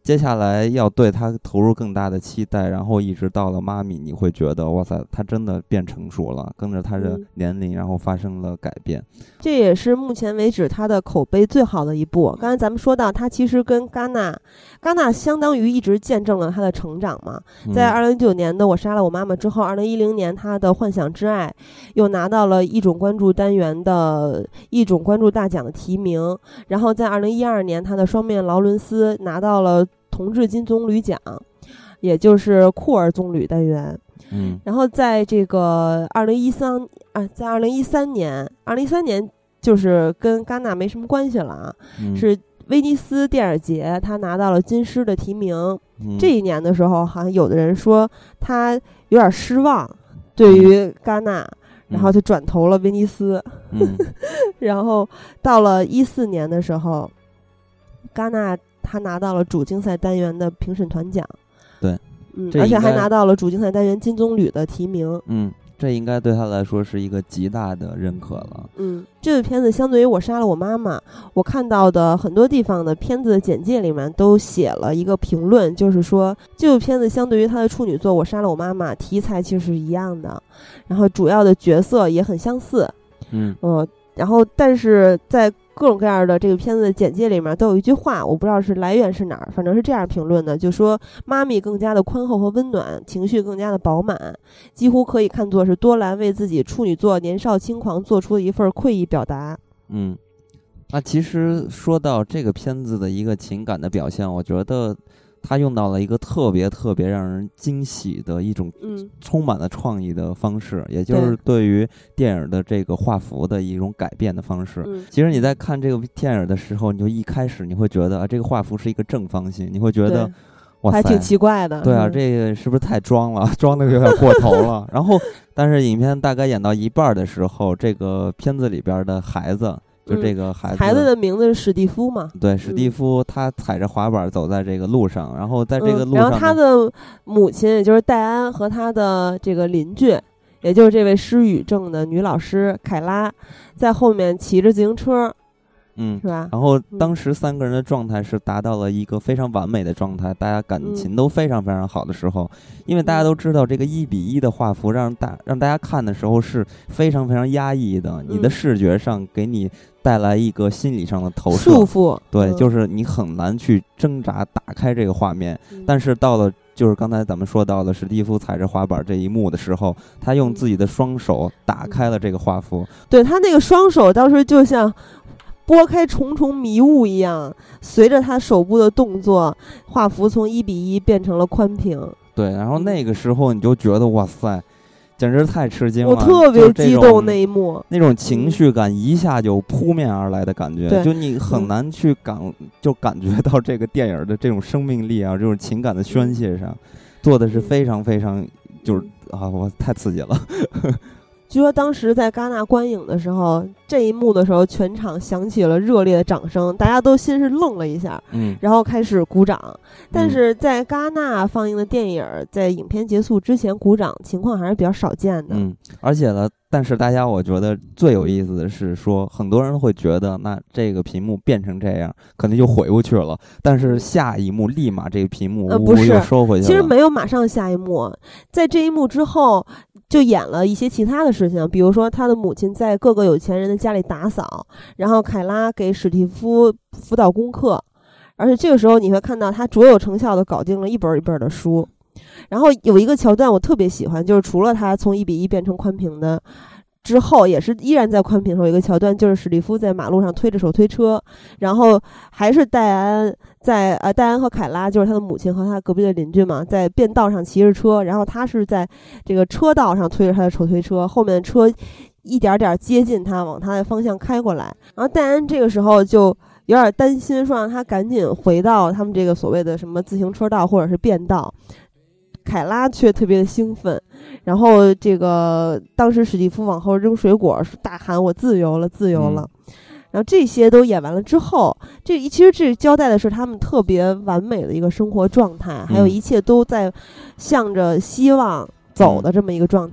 接下来要对他投入更大的期待，然后一直到了妈咪，你会觉得哇塞，他真的变成熟了，跟着他的年龄，然后发生了改变。 这也是目前为止他的口碑最好的一部。刚才咱们说到，他其实跟戛纳，戛纳相当于一直见证了他的成长嘛。在二零一九年的《我杀了我妈妈》之后，二零一零年他的《幻想之爱》又拿到了一种关注单元的一种关注大奖的提名，然后在二零一二年他的《双面劳伦斯》拿到了同志金棕榈奖，也就是酷儿棕榈单元。 嗯， 然后在这个二零一三啊，在二零一三年，二零一三年就是跟戛纳没什么关系了啊， 嗯、 是威尼斯电影节，他拿到了金狮的提名。 嗯、 这一年的时候，好像有的人说他有点失望，对于戛纳。嗯，然后就转投了威尼斯。 嗯、 然后到了一四年的时候，戛纳他拿到了主竞赛单元的评审团奖。 对， 嗯，而且还拿到了主竞赛单元金棕榈的提名。 嗯，这应该对他来说是一个极大的认可了。 嗯，这部片子相对于《我杀了我妈妈》，我看到的很多地方的片子的简介里面都写了一个评论，就是说这部片子相对于他的处女作《我杀了我妈妈》题材其实是一样的，然后主要的角色也很相似。 嗯， 呃，然后但是在各种各样的这个片子的简介里面都有一句话，我不知道是来源是哪儿，反正是这样评论的，就说妈咪更加的宽厚和温暖，情绪更加的饱满，几乎可以看作是多兰为自己处女作年少轻狂做出的一份愧意表达。 嗯，那其实说到这个片子的一个情感的表现，我觉得他用到了一个特别特别让人惊喜的一种充满了创意的方式，嗯、也就是对于电影的这个画幅的一种改变的方式。 嗯、 其实你在看这个电影的时候，你就一开始你会觉得啊，这个画幅是一个正方形，你会觉得哇塞， 还挺奇怪的。 对啊， 嗯、 这个是不是太装了？装的有点过头了。然后，但是影片大概演到一半的时候，这个片子里边的孩子。就这个孩子、嗯， 孩子的名字是史蒂夫嘛？ 对，史蒂夫、嗯、他踩着滑板走在这个路上，然后在这个路上、嗯， 然后他的母亲也就是戴安和他的这个邻居，也就是这位失语症的女老师凯拉，在后面骑着自行车。 嗯， 是吧？ 然后当时三个人的状态是达到了一个非常完美的状态，嗯、大家感情都非常非常好的时候，嗯、因为大家都知道这个一比一的画幅让大让大家看的时候是非常非常压抑的，嗯、你的视觉上给你带来一个心理上的投射束缚， 对， 嗯、 就是你很难去挣扎打开这个画面， 嗯、 但是到了就是刚才咱们说到的史蒂夫踩着滑板这一幕的时候，他用自己的双手打开了这个画幅， 嗯、对他那个双手当时就像拨开重重迷雾一样，随着他手部的动作，画幅从一比一变成了宽屏。 对，然后那个时候你就觉得哇塞，简直太吃惊了！ 我特别激动那一幕， 那种情绪感一下就扑面而来的感觉， 嗯、 就你很难去感，就感觉到这个电影的这种生命力啊，这种情感的宣泄上，做的是非常非常，就是啊，我太刺激了。 据说当时在戛纳观影的时候，这一幕的时候，全场响起了热烈的掌声，大家都先是愣了一下， 嗯， 然后开始鼓掌。但是在戛纳放映的电影，在影片结束之前鼓掌情况还是比较少见的。 嗯，而且呢，但是大家我觉得最有意思的是说，很多人会觉得，那这个屏幕变成这样，可能就回不去了。但是下一幕立马这个屏幕呃不是又收回去了。 其实没有马上下一幕，在这一幕之后。就演了一些其他的事情，比如说他的母亲在各个有钱人的家里打扫，然后凯拉给史蒂夫辅导功课，而且这个时候你会看到他卓有成效的搞定了一本一本的书。然后有一个桥段我特别喜欢，就是除了他从一比一变成宽屏的之后，也是依然在宽屏的时候，有一个桥段就是史蒂夫在马路上推着手推车，然后还是戴安在呃戴安和凯拉，就是他的母亲和他隔壁的邻居嘛，在便道上骑着车，然后他是在这个车道上推着他的手推车，后面的车一点点接近他，往他的方向开过来。然后戴安这个时候就有点担心，说让他赶紧回到他们这个所谓的什么自行车道或者是便道。凯拉却特别的兴奋，然后这个当时史蒂夫往后扔水果，大喊我自由了自由了、嗯、然后这些都演完了之后，这其实这交代的是他们特别完美的一个生活状态、嗯、还有一切都在向着希望走的这么一个状态、嗯、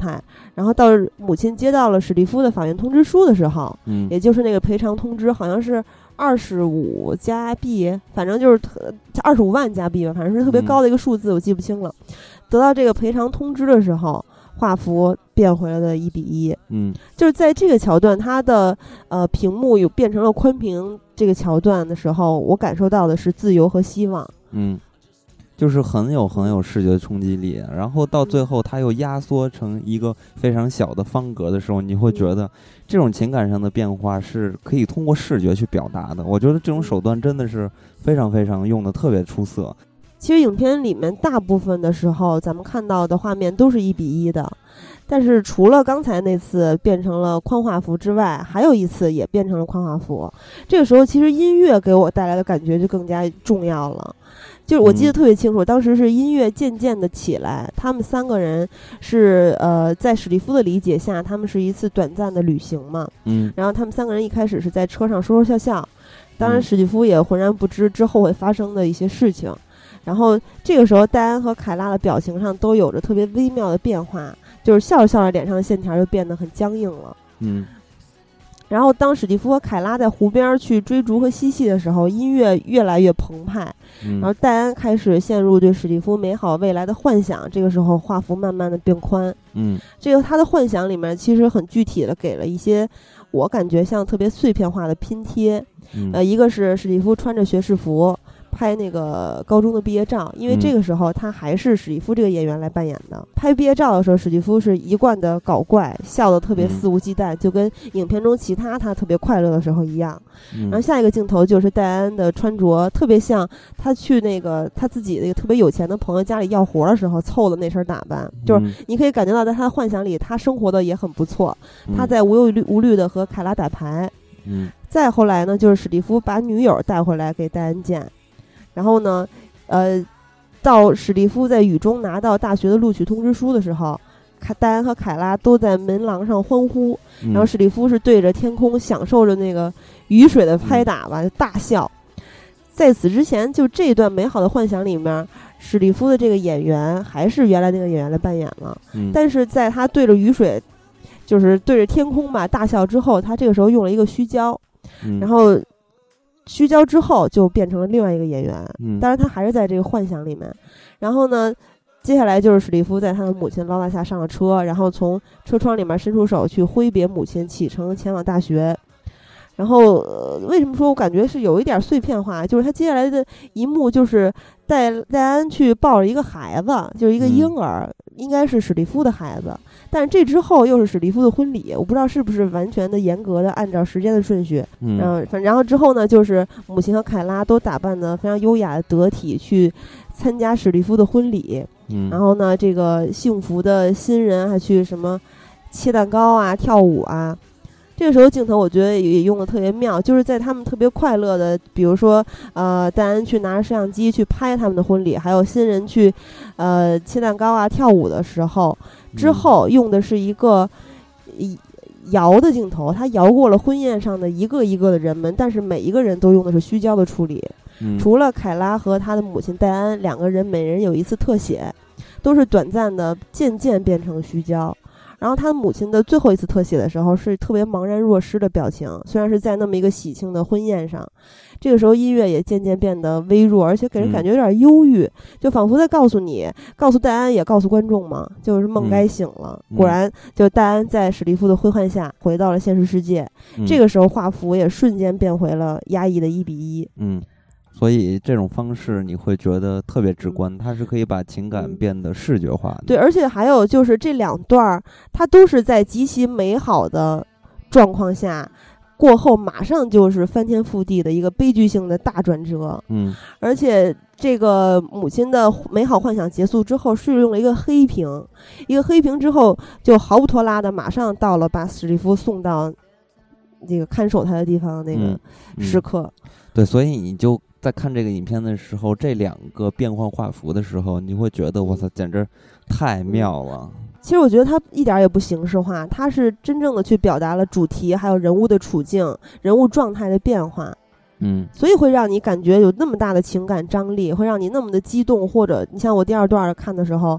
然后到母亲接到了史蒂夫的法院通知书的时候， 嗯， 也就是那个赔偿通知，好像是二十五加币，反正就是二十五万加币吧，反正是特别高的一个数字，嗯、我记不清了。得到这个赔偿通知的时候，画幅变回了的一比一。 嗯， 就是在这个桥段，它的呃屏幕有变成了宽屏这个桥段的时候，我感受到的是自由和希望。 嗯。就是很有很有视觉冲击力，然后到最后它又压缩成一个非常小的方格的时候，你会觉得这种情感上的变化是可以通过视觉去表达的。我觉得这种手段真的是非常非常用的特别出色。 其实影片里面大部分的时候咱们看到的画面都是一比一的，但是除了刚才那次变成了宽画幅之外，还有一次也变成了宽画幅。这个时候其实音乐给我带来的感觉就更加重要了，就是我记得特别清楚，嗯、当时是音乐渐渐的起来，他们三个人是呃在史蒂夫的理解下，他们是一次短暂的旅行嘛， 嗯， 然后他们三个人一开始是在车上说说笑笑，当然史蒂夫也浑然不知之后会发生的一些事情。然后这个时候戴安和凯拉的表情上都有着特别微妙的变化，就是笑着笑着脸上的线条就变得很僵硬了。 嗯， 然后当史蒂夫和凯拉在湖边去追逐和嬉戏的时候，音乐越来越澎湃， 嗯、 然后戴安开始陷入对史蒂夫美好未来的幻想，这个时候画幅慢慢的变宽。 嗯， 这个他的幻想里面其实很具体的给了一些我感觉像特别碎片化的拼贴。 嗯、 呃，一个是史蒂夫穿着学士服拍那个高中的毕业照，因为这个时候他还是史蒂夫这个演员来扮演的。嗯、拍毕业照的时候，史蒂夫是一贯的搞怪，笑得特别肆无忌惮，嗯、就跟影片中其他他特别快乐的时候一样。 嗯、 然后下一个镜头就是戴安的穿着，特别像他去那个他自己那个特别有钱的朋友家里要活的时候凑的那身打扮，嗯、就是你可以感觉到在他的幻想里，他生活的也很不错，嗯、他在无忧无虑的和凯拉打牌。 嗯， 再后来呢，就是史蒂夫把女友带回来给戴安见。然后呢，呃，到史蒂夫在雨中拿到大学的录取通知书的时候，戴安和凯拉都在门廊上欢呼， 嗯、 然后史蒂夫是对着天空享受着那个雨水的拍打吧，嗯、大笑。在此之前，就这段美好的幻想里面，史蒂夫的这个演员还是原来那个演员来扮演了， 嗯、 但是在他对着雨水，就是对着天空吧大笑之后，他这个时候用了一个虚焦， 嗯、 然后。虚焦之后就变成了另外一个演员， 嗯， 当然他还是在这个幻想里面。然后呢，接下来就是史蒂夫在他的母亲唠叨下上了车，然后从车窗里面伸出手去挥别母亲，启程前往大学。然后、呃、为什么说我感觉是有一点碎片化，就是他接下来的一幕就是戴戴安去抱着一个孩子，就是一个婴儿、嗯、应该是史蒂夫的孩子，但是这之后又是史蒂夫的婚礼，我不知道是不是完全的严格的按照时间的顺序。 嗯， 然后然后之后呢，就是母亲和凯拉都打扮得非常优雅得体去参加史蒂夫的婚礼。 嗯， 然后呢，这个幸福的新人还去什么切蛋糕啊、跳舞啊。这个时候镜头我觉得也用的特别妙，就是在他们特别快乐的，比如说呃戴安去拿着摄像机去拍他们的婚礼，还有新人去呃切蛋糕啊跳舞的时候，之后用的是一个摇的镜头，他摇过了婚宴上的一个一个的人们，但是每一个人都用的是虚焦的处理、 嗯、 除了凯拉和他的母亲戴安两个人每人有一次特写，都是短暂的渐渐变成虚焦。然后他母亲的最后一次特写的时候是特别茫然若失的表情，虽然是在那么一个喜庆的婚宴上，这个时候音乐也渐渐变得微弱，而且给人感觉有点忧郁、嗯、就仿佛在告诉你，告诉戴安也告诉观众嘛，就是梦该醒了、嗯、果然就戴安在史蒂夫的挥汗下回到了现实世界、嗯、这个时候画幅也瞬间变回了压抑的一比一。 嗯，所以这种方式你会觉得特别直观，它是可以把情感变得视觉化的、嗯、 对，而且还有就是这两段它都是在极其美好的状况下过后马上就是翻天覆地的一个悲剧性的大转折。 嗯， 而且这个母亲的美好幻想结束之后是用了一个黑屏，一个黑屏之后就毫不拖拉的马上到了把史蒂夫送到这个看守他的地方那个时刻、 嗯嗯、对，所以你就在看这个影片的时候，这两个变换画幅的时候，你会觉得我操，简直太妙了。 其实我觉得它一点也不形式化，它是真正的去表达了主题还有人物的处境、人物状态的变化。 嗯， 所以会让你感觉有那么大的情感张力，会让你那么的激动，或者你像我第二段看的时候，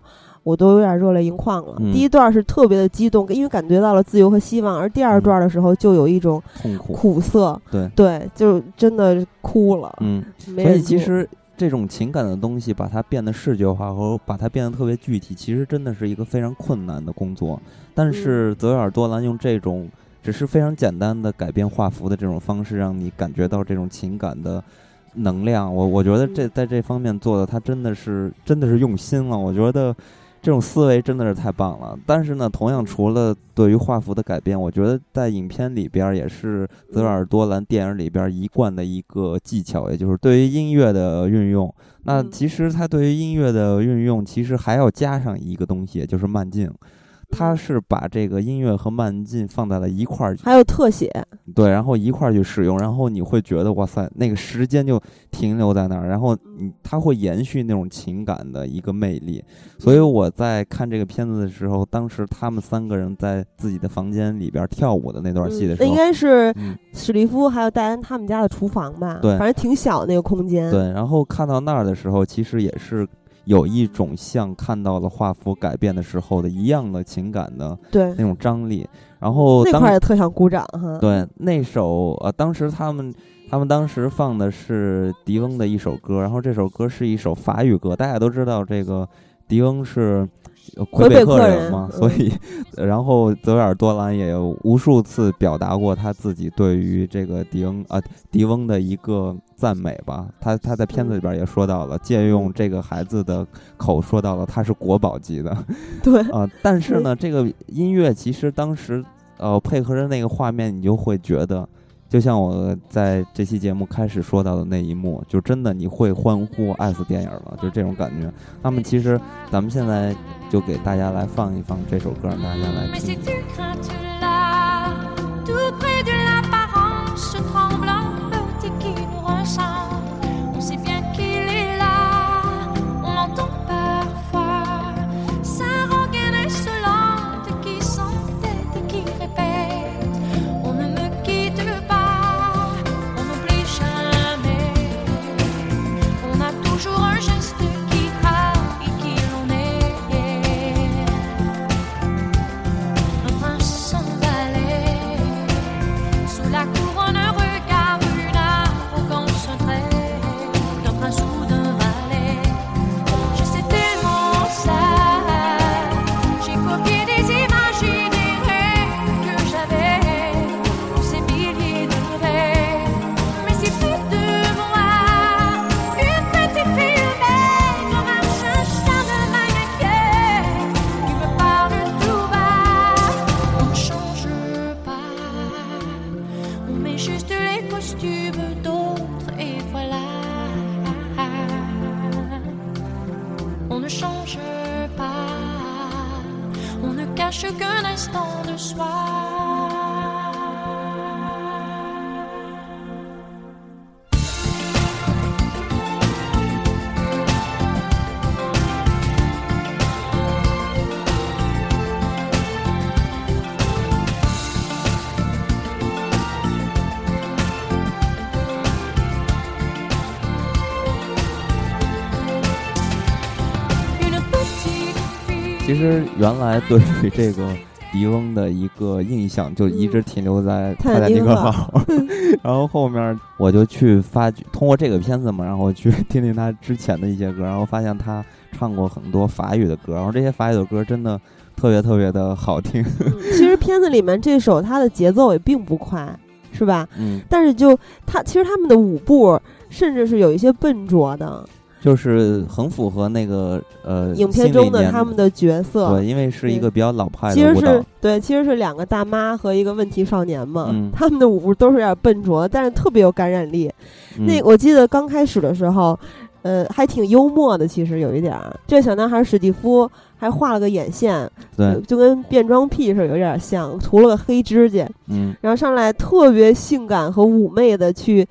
我都有点热泪盈眶了、 嗯、 第一段是特别的激动，因为感觉到了自由和希望，而第二段的时候就有一种痛苦苦涩， 对对，就真的哭了。 嗯，所以其实这种情感的东西把它变得视觉化和把它变得特别具体，其实真的是一个非常困难的工作。但是泽维尔多兰用这种只是非常简单的改变画幅的这种方式，让你感觉到这种情感的能量。我我觉得这在这方面做的他真的是真的是用心了，我觉得这种思维真的是太棒了。但是呢，同样除了对于画幅的改变，我觉得在影片里边也是泽维尔多兰电影里边一贯的一个技巧，也就是对于音乐的运用。那其实他对于音乐的运用其实还要加上一个东西，也就是慢镜。他是把这个音乐和慢镜放在了一块儿， 还有特写， 对，然后一块儿去使用，然后你会觉得哇塞，那个时间就停留在那儿，然后你它会延续那种情感的一个魅力。所以我在看这个片子的时候，当时他们三个人在自己的房间里边跳舞的那段戏的时候， 嗯、应该是史蒂夫还有戴安他们家的厨房吧， 对， 反正挺小那个空间。 对，然后看到那儿的时候，其实也是有一种像看到了画幅改变的时候的一样的情感的对那种张力。然后那块也特想鼓掌哈。 对，那首呃，当时他们他们当时放的是迪翁的一首歌，然后这首歌是一首法语歌。大家都知道这个迪翁是魁北克人嘛， 人所以、嗯、然后泽维尔多兰也有无数次表达过他自己对于这个迪翁啊、呃、迪翁的一个赞美吧。他他在片子里边也说到了，借用这个孩子的口说到了他是国宝级的， 对啊、呃，但是呢，这个音乐其实当时呃配合着那个画面，你就会觉得。就像我在这期节目开始说到的那一幕，就真的你会欢呼爱死电影了，就是这种感觉。那么其实咱们现在就给大家来放一放这首歌，让大家来听一下。其实原来对于这个迪翁的一个印象就一直停留在泰坦尼克号、嗯、然后后面我就去发掘通过这个片子嘛，然后去听听他之前的一些歌，然后发现他唱过很多法语的歌，然后这些法语的歌真的特别特别的好听、 嗯、其实片子里面这首它的节奏也并不快是吧， 嗯， 但是就他其实他们的舞步甚至是有一些笨拙的， 就是很符合那个呃影片中的他们的角色， 对，因为是一个比较老派的舞蹈， 其实是对，其实是两个大妈和一个问题少年嘛， 嗯、 他们的舞步都是有点笨拙，但是特别有感染力。 嗯、 那我记得刚开始的时候，呃，还挺幽默的，其实有一点儿。这小男孩史蒂夫还画了个眼线， 对， 就跟变装癖是有点像，涂了个黑指甲， 嗯， 然后上来特别性感和妩媚的去。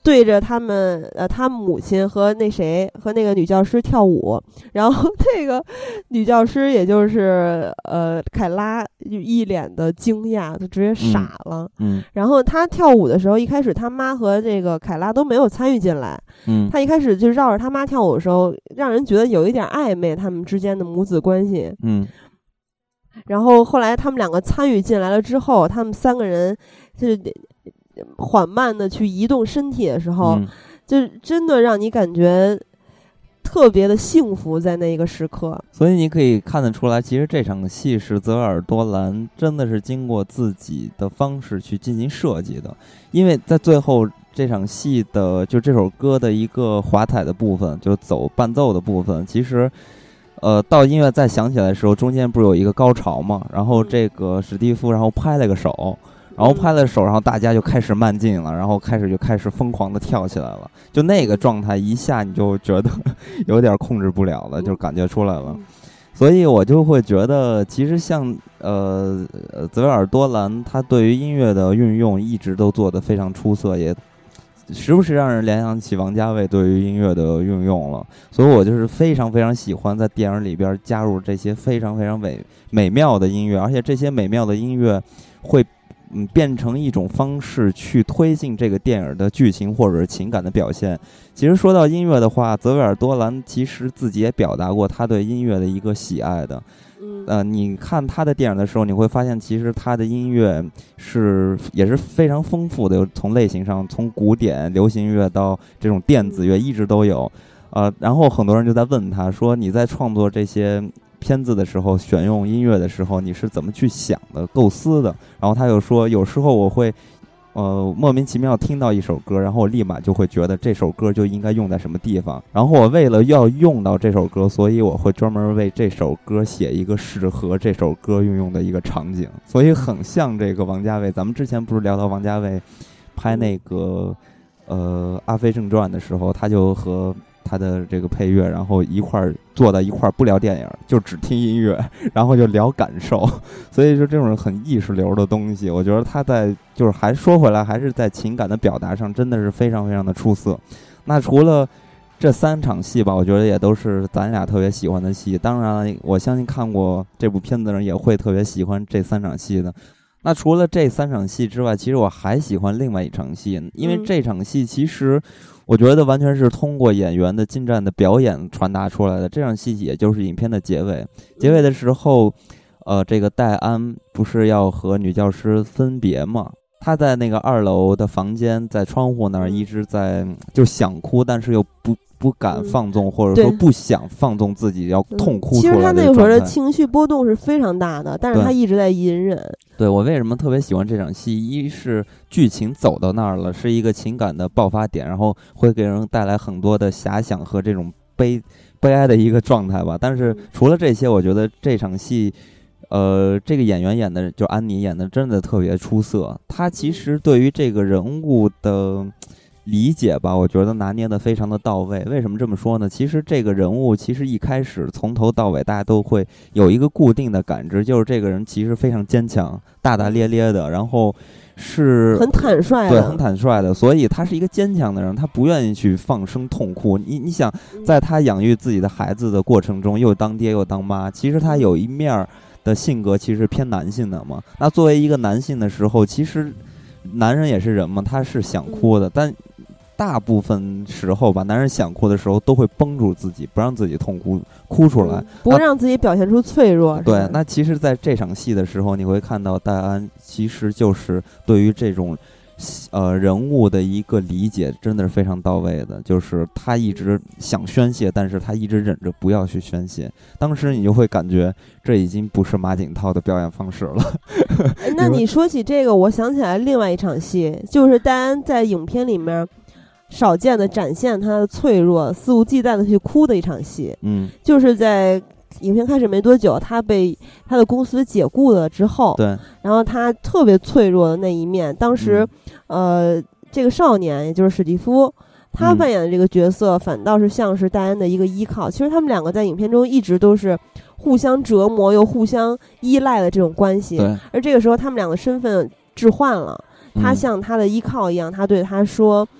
对着他们呃，他母亲和那谁和那个女教师跳舞，然后那个女教师也就是呃凯拉一脸的惊讶，就直接傻了。 嗯，嗯然后他跳舞的时候，一开始他妈和这个凯拉都没有参与进来。 嗯， 他一开始就绕着他妈跳舞的时候，让人觉得有一点暧昧，他们之间的母子关系。 嗯， 然后后来他们两个参与进来了之后，他们三个人就是缓慢的去移动身体的时候， 嗯、 就真的让你感觉特别的幸福在那一个时刻。 所以你可以看得出来，其实这场戏是泽尔多兰真的是经过自己的方式去进行设计的，因为在最后这场戏的就这首歌的一个华彩的部分，就走伴奏的部分，其实呃到音乐再响起来的时候，中间不是有一个高潮嘛，然后这个史蒂夫然后拍了个手，然后拍了手，然后大家就开始慢进了，然后开始就开始疯狂的跳起来了，就那个状态一下你就觉得有点控制不了了，就感觉出来了。所以我就会觉得其实像呃泽尔多兰他对于音乐的运用一直都做得非常出色，也时不时让人联想起王家卫对于音乐的运用了，所以我就是非常非常喜欢在电影里边加入这些非常非常美美妙的音乐，而且这些美妙的音乐会嗯变成一种方式去推进这个电影的剧情或者是情感的表现。其实说到音乐的话，泽维尔多兰其实自己也表达过他对音乐的一个喜爱的。呃，你看他的电影的时候，你会发现其实他的音乐是也是非常丰富的，从类型上，从古典流行乐到这种电子乐一直都有。呃，然后很多人就在问他说，你在创作这些片子的时候，选用音乐的时候，你是怎么去想的、构思的？然后他又说，有时候我会呃莫名其妙听到一首歌，然后我立马就会觉得这首歌就应该用在什么地方，然后我为了要用到这首歌，所以我会专门为这首歌写一个适合这首歌运用的一个场景，所以很像这个王家卫。咱们之前不是聊到王家卫拍那个呃《阿飞正传》的时候，他就和他的这个配乐，然后一块儿坐在一块儿，不聊电影，就只听音乐，然后就聊感受。所以说这种很意识流的东西，我觉得他在就是还说回来，还是在情感的表达上真的是非常非常的出色。那除了这三场戏吧，我觉得也都是咱俩特别喜欢的戏。当然，我相信看过这部片子的人也会特别喜欢这三场戏的。那除了这三场戏之外，其实我还喜欢另外一场戏，因为这场戏其实我觉得完全是通过演员的精湛的表演传达出来的。这场戏也就是影片的结尾，结尾的时候，呃，这个戴安不是要和女教师分别吗？他在那个二楼的房间，在窗户那儿一直在就想哭，但是又不不敢放纵、嗯、或者说不想放纵自己要痛哭出来的、嗯、其实他那会儿的情绪波动是非常大的，但是他一直在隐忍。 对，我为什么特别喜欢这场戏，一是剧情走到那儿了，是一个情感的爆发点，然后会给人带来很多的遐想和这种悲悲哀的一个状态吧。但是除了这些，我觉得这场戏呃，这个演员演的就安妮演的真的特别出色，她其实对于这个人物的理解吧，我觉得拿捏的非常的到位。为什么这么说呢？其实这个人物其实一开始从头到尾大家都会有一个固定的感知，就是这个人其实非常坚强、大大咧咧的，然后是很坦率的， 对，很坦率的，所以他是一个坚强的人，他不愿意去放声痛哭。你你想，在他养育自己的孩子的过程中，又当爹又当妈，其实他有一面的性格其实偏男性的嘛。那作为一个男性的时候，其实男人也是人嘛，他是想哭的，但大部分时候吧，男人想哭的时候都会绷住自己，不让自己痛哭哭出来， 不会让自己表现出脆弱。 对，那其实在这场戏的时候，你会看到戴安其实就是对于这种呃人物的一个理解真的是非常到位的，就是他一直想宣泄，但是他一直忍着不要去宣泄。当时你就会感觉这已经不是马景涛的表演方式了。 那你说起这个，我想起来另外一场戏，就是戴安在影片里面少见的展现他的脆弱，肆无忌惮的去哭的一场戏。 嗯， 就是在影片开始没多久，他被他的公司解雇了之后， 对， 然后他特别脆弱的那一面，当时、嗯、呃，这个少年也就是史蒂夫，他扮演的这个角色反倒是像是戴安的一个依靠。其实他们两个在影片中一直都是互相折磨又互相依赖的这种关系，而这个时候他们两个身份置换了，他像他的依靠一样，他对他说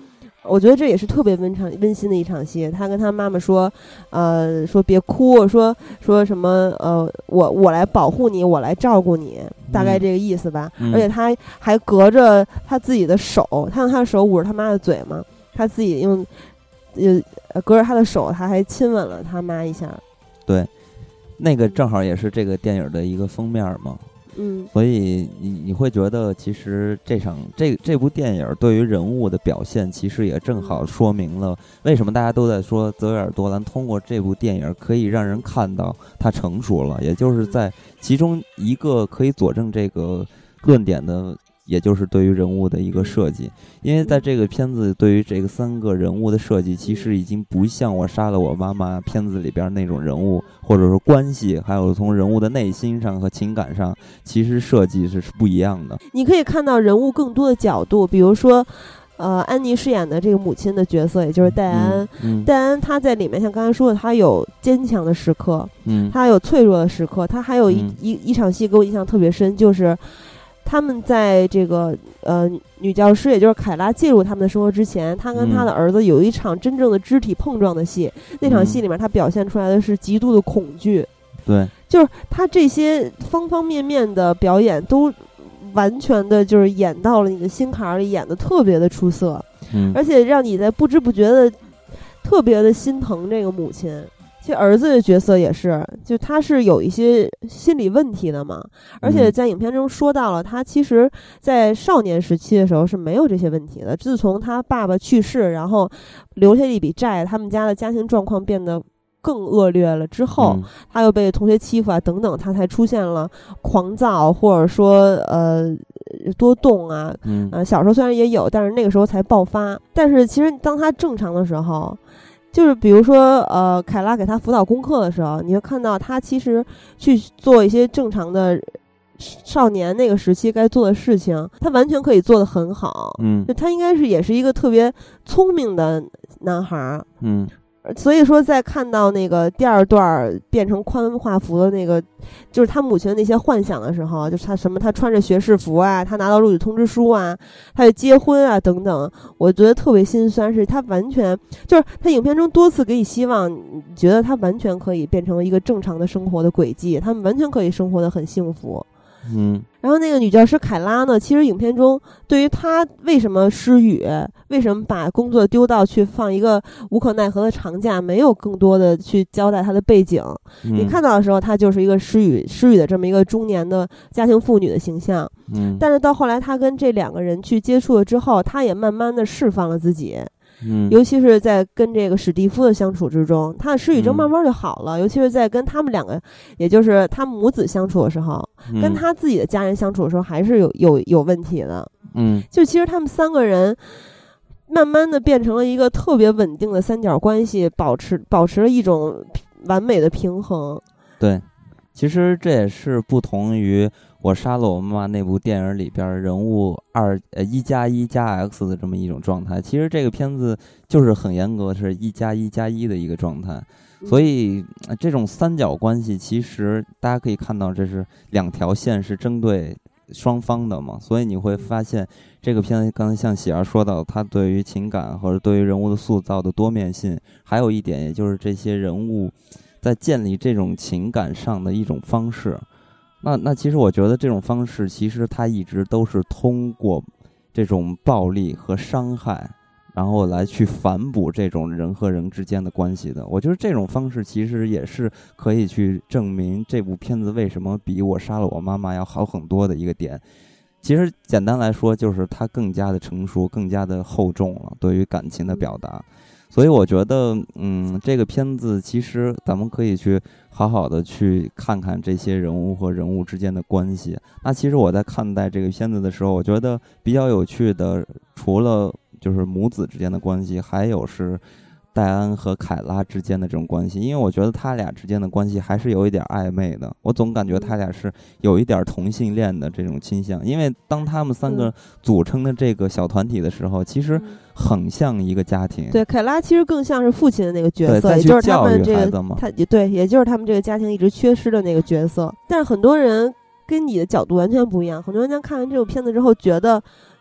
我觉得这也是特别温场温馨的一场戏。他跟他妈妈说，呃，说别哭，说说什么，呃，我我来保护你，我来照顾你，大概这个意思吧。 嗯、 而且他还隔着他自己的手，他用他的手捂着他妈的嘴嘛，他自己用，呃，隔着他的手，他还亲吻了他妈一下。 对，那个正好也是这个电影的一个封面嘛。 嗯， 所以你你会觉得，其实这场这这部电影对于人物的表现，其实也正好说明了为什么大家都在说泽维尔多兰通过这部电影可以让人看到他成熟了，也就是在其中一个可以佐证这个论点的，也就是对于人物的一个设计。因为在这个片子对于这个三个人物的设计，其实已经不像我杀了我妈妈片子里边那种人物或者说关系，还有从人物的内心上和情感上，其实设计是不一样的。 你可以看到人物更多的角度，比如说呃，安妮饰演的这个母亲的角色，也就是戴安。 嗯嗯、 戴安她在里面像刚才说的，她有坚强的时刻， 嗯， 她有脆弱的时刻。她还有一、 嗯、 一一场戏给我印象特别深，就是他们在这个呃女教师，也就是凯拉介入他们的生活之前，她跟她的儿子有一场真正的肢体碰撞的戏。嗯、那场戏里面，她表现出来的是极度的恐惧。 对， 就是她这些方方面面的表演都完全的就是演到了你的心坎里，演得特别的出色。 嗯， 而且让你在不知不觉的特别的心疼这个母亲。其实儿子的角色也是，就他是有一些心理问题的嘛，而且在影片中说到了，他其实在少年时期的时候是没有这些问题的。自从他爸爸去世，然后留下一笔债，他们家的家庭状况变得更恶劣了之后， 嗯、 他又被同学欺负啊等等，他才出现了狂躁，或者说呃多动啊， 嗯、 呃小时候虽然也有，但是那个时候才爆发。但是其实当他正常的时候，就是比如说呃凯拉给他辅导功课的时候，你会看到他其实去做一些正常的少年那个时期该做的事情，他完全可以做得很好。 嗯， 就他应该是也是一个特别聪明的男孩。 嗯， 所以说在看到那个第二段变成宽画幅的那个，就是他母亲的那些幻想的时候，就是他什么他穿着学士服啊，他拿到录取通知书啊，他就结婚啊等等，我觉得特别心酸，是他完全就是他影片中多次给你希望，你觉得他完全可以变成一个正常的生活的轨迹，他们完全可以生活得很幸福。 嗯， 然后那个女教师凯拉呢，其实影片中对于她为什么失语，为什么把工作丢到去放一个无可奈何的长假，没有更多的去交代她的背景。 嗯、 你看到的时候，她就是一个失语失语的这么一个中年的家庭妇女的形象。 嗯， 但是到后来她跟这两个人去接触了之后，她也慢慢的释放了自己。 嗯， 尤其是在跟这个史蒂夫的相处之中，他的失语症慢慢就好了。嗯、尤其是在跟他们两个，也就是他母子相处的时候， 嗯、 跟他自己的家人相处的时候，还是有有有问题的。 嗯， 就其实他们三个人慢慢的变成了一个特别稳定的三角关系，保持保持了一种完美的平衡。 对，其实这也是不同于我杀了我妈妈那部电影里边人物二呃一加一加 X 的这么一种状态。其实这个片子就是很严格，是一加一加一的一个状态。所以这种三角关系，其实大家可以看到，这是两条线是针对双方的嘛。所以你会发现，这个片子刚才像喜儿说到，它对于情感或者对于人物的塑造的多面性，还有一点，也就是这些人物在建立这种情感上的一种方式。那那其实我觉得这种方式，其实它一直都是通过这种暴力和伤害，然后来去反哺这种人和人之间的关系的。我觉得这种方式其实也是可以去证明这部片子为什么比我杀了我妈妈要好很多的一个点。其实简单来说，就是它更加的成熟，更加的厚重了，对于感情的表达。所以我觉得，嗯，这个片子其实咱们可以去好好的去看看这些人物和人物之间的关系。那其实我在看待这个片子的时候，我觉得比较有趣的，除了就是母子之间的关系，还有是戴安和凯拉之间的这种关系。因为我觉得他俩之间的关系还是有一点暧昧的，我总感觉他俩是有一点同性恋的这种倾向。因为当他们三个组成的这个小团体的时候，其实很像一个家庭。 对，凯拉其实更像是父亲的那个角色， 也就是他们这个他对，也就是他们这个家庭一直缺失的那个角色。但是很多人跟你的角度完全不一样，很多人家看完这部片子之后觉得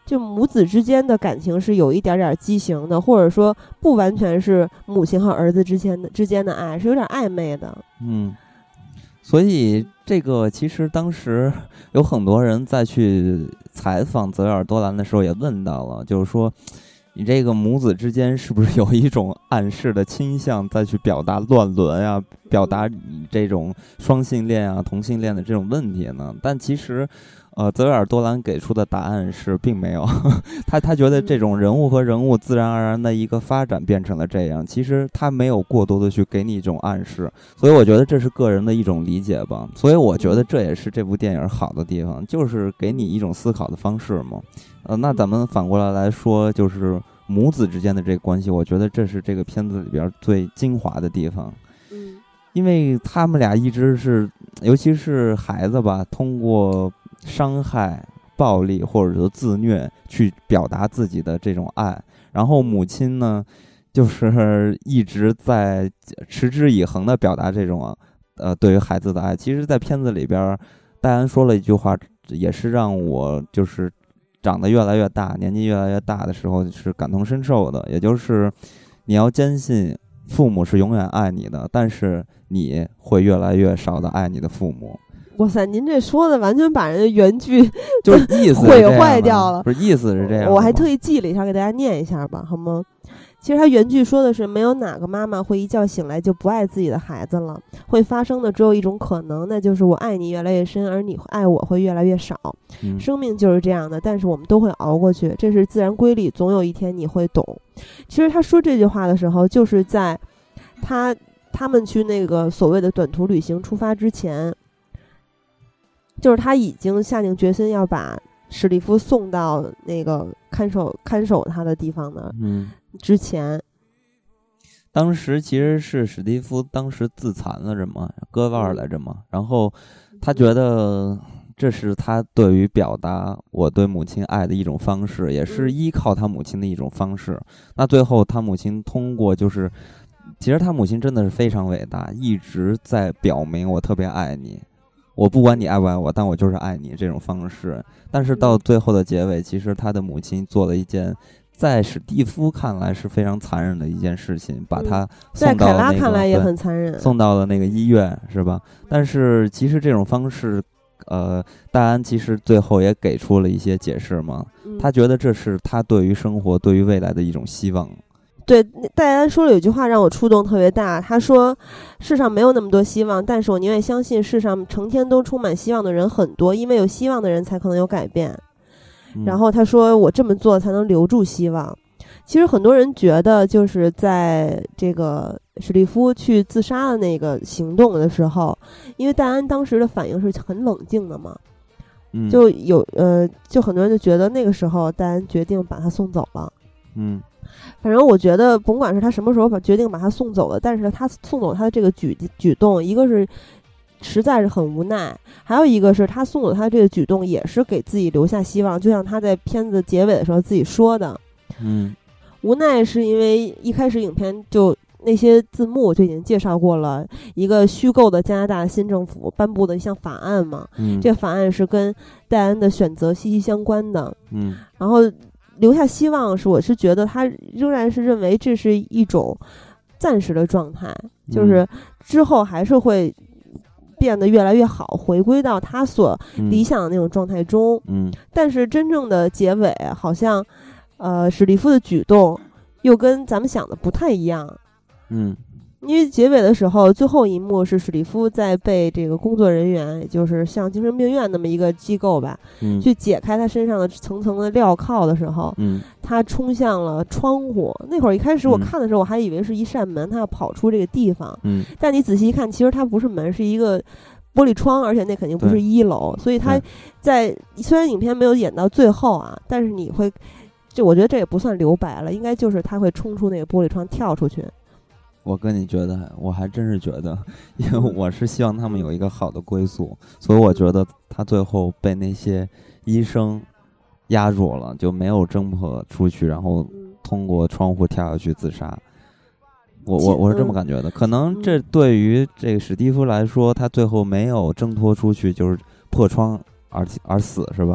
就母子之间的感情是有一点点畸形的，或者说不完全是母亲和儿子之间的之间的爱，是有点暧昧的。 嗯，所以这个其实当时有很多人在去采访泽维尔多兰的时候也问到了，就是说你这个母子之间是不是有一种暗示的倾向再去表达乱伦啊，表达你这种双性恋啊同性恋的这种问题呢？但其实呃，泽维尔多兰给出的答案是并没有，他他觉得这种人物和人物自然而然的一个发展变成了这样，其实他没有过多的去给你一种暗示，所以我觉得这是个人的一种理解吧。所以我觉得这也是这部电影好的地方，就是给你一种思考的方式嘛。呃，那咱们反过来来说，就是母子之间的这个关系，我觉得这是这个片子里边最精华的地方。 嗯， 因为他们俩一直是，尤其是孩子吧，通过伤害、暴力或者说自虐去表达自己的这种爱，然后母亲呢，就是一直在持之以恒的表达这种呃对于孩子的爱。其实，在片子里边，戴安说了一句话，也是让我就是长得越来越大，年纪越来越大的时候是感同身受的，也就是你要坚信父母是永远爱你的，但是你会越来越少的爱你的父母。 哇塞，您这说的完全把人家原句就是意思毁坏掉了， 不是意思是这样。 我还特意记了一下，给大家念一下吧，好吗？其实他原句说的是，没有哪个妈妈会一觉醒来就不爱自己的孩子了，会发生的只有一种可能，那就是我爱你越来越深，而你爱我会越来越少。 嗯、 生命就是这样的，但是我们都会熬过去，这是自然规律，总有一天你会懂。其实他说这句话的时候，就是在他他们去那个所谓的短途旅行出发之前，就是他已经下定决心要把史蒂夫送到那个看守看守他的地方的之前、嗯、 当时其实是史蒂夫当时自残了着嘛，割腕来着嘛，然后他觉得这是他对于表达我对母亲爱的一种方式，也是依靠他母亲的一种方式。那最后他母亲通过就是其实他母亲真的是非常伟大，一直在表明我特别爱你，我不管你爱不爱我，但我就是爱你这种方式。但是到最后的结尾，其实他的母亲做了一件在史蒂夫看来是非常残忍的一件事情，把他送到了那个、 在凯拉看来也很残忍， 送到了那个医院，是吧？但是其实这种方式呃，戴安其实最后也给出了一些解释嘛，他觉得这是他对于生活对于未来的一种希望。 对，戴安说了有句话让我触动特别大，他说世上没有那么多希望，但是我宁愿相信世上成天都充满希望的人很多，因为有希望的人才可能有改变、嗯、然后他说我这么做才能留住希望。其实很多人觉得就是在这个史蒂夫去自杀的那个行动的时候，因为戴安当时的反应是很冷静的嘛， 嗯， 就有呃，就很多人就觉得那个时候戴安决定把他送走了， 嗯， 反正我觉得甭管是他什么时候把决定把他送走了，但是他送走他的这个举举动，一个是实在是很无奈，还有一个是他送走他这个举动也是给自己留下希望，就像他在片子结尾的时候自己说的， 嗯， 无奈是因为一开始影片就那些字幕就已经介绍过了一个虚构的加拿大新政府颁布的一项法案嘛， 嗯， 这个法案是跟戴安的选择息息相关的， 嗯， 然后留下希望是我是觉得他仍然是认为这是一种暂时的状态，就是之后还是会变得越来越好，回归到他所理想的那种状态中， 嗯， 但是真正的结尾好像呃史蒂夫的举动又跟咱们想的不太一样， 嗯， 因为结尾的时候最后一幕是史蒂夫在被这个工作人员，也就是像精神病院那么一个机构吧、 嗯、 去解开他身上的层层的镣铐的时候、 嗯、 他冲向了窗户，那会儿一开始我看的时候我还以为是一扇门，他要跑出这个地方、 嗯、但你仔细一看其实它不是门，是一个玻璃窗，而且那肯定不是一楼，所以他在虽然影片没有演到最后啊，但是你会就我觉得这也不算留白了，应该就是他会冲出那个玻璃窗跳出去。 我跟你觉得我还真是觉得，因为我是希望他们有一个好的归宿，所以我觉得他最后被那些医生压住了，就没有挣脱出去，然后通过窗户跳下去自杀。我我我是这么感觉的，可能这对于这个史蒂夫来说，他最后没有挣脱出去，就是破窗而而死，是吧？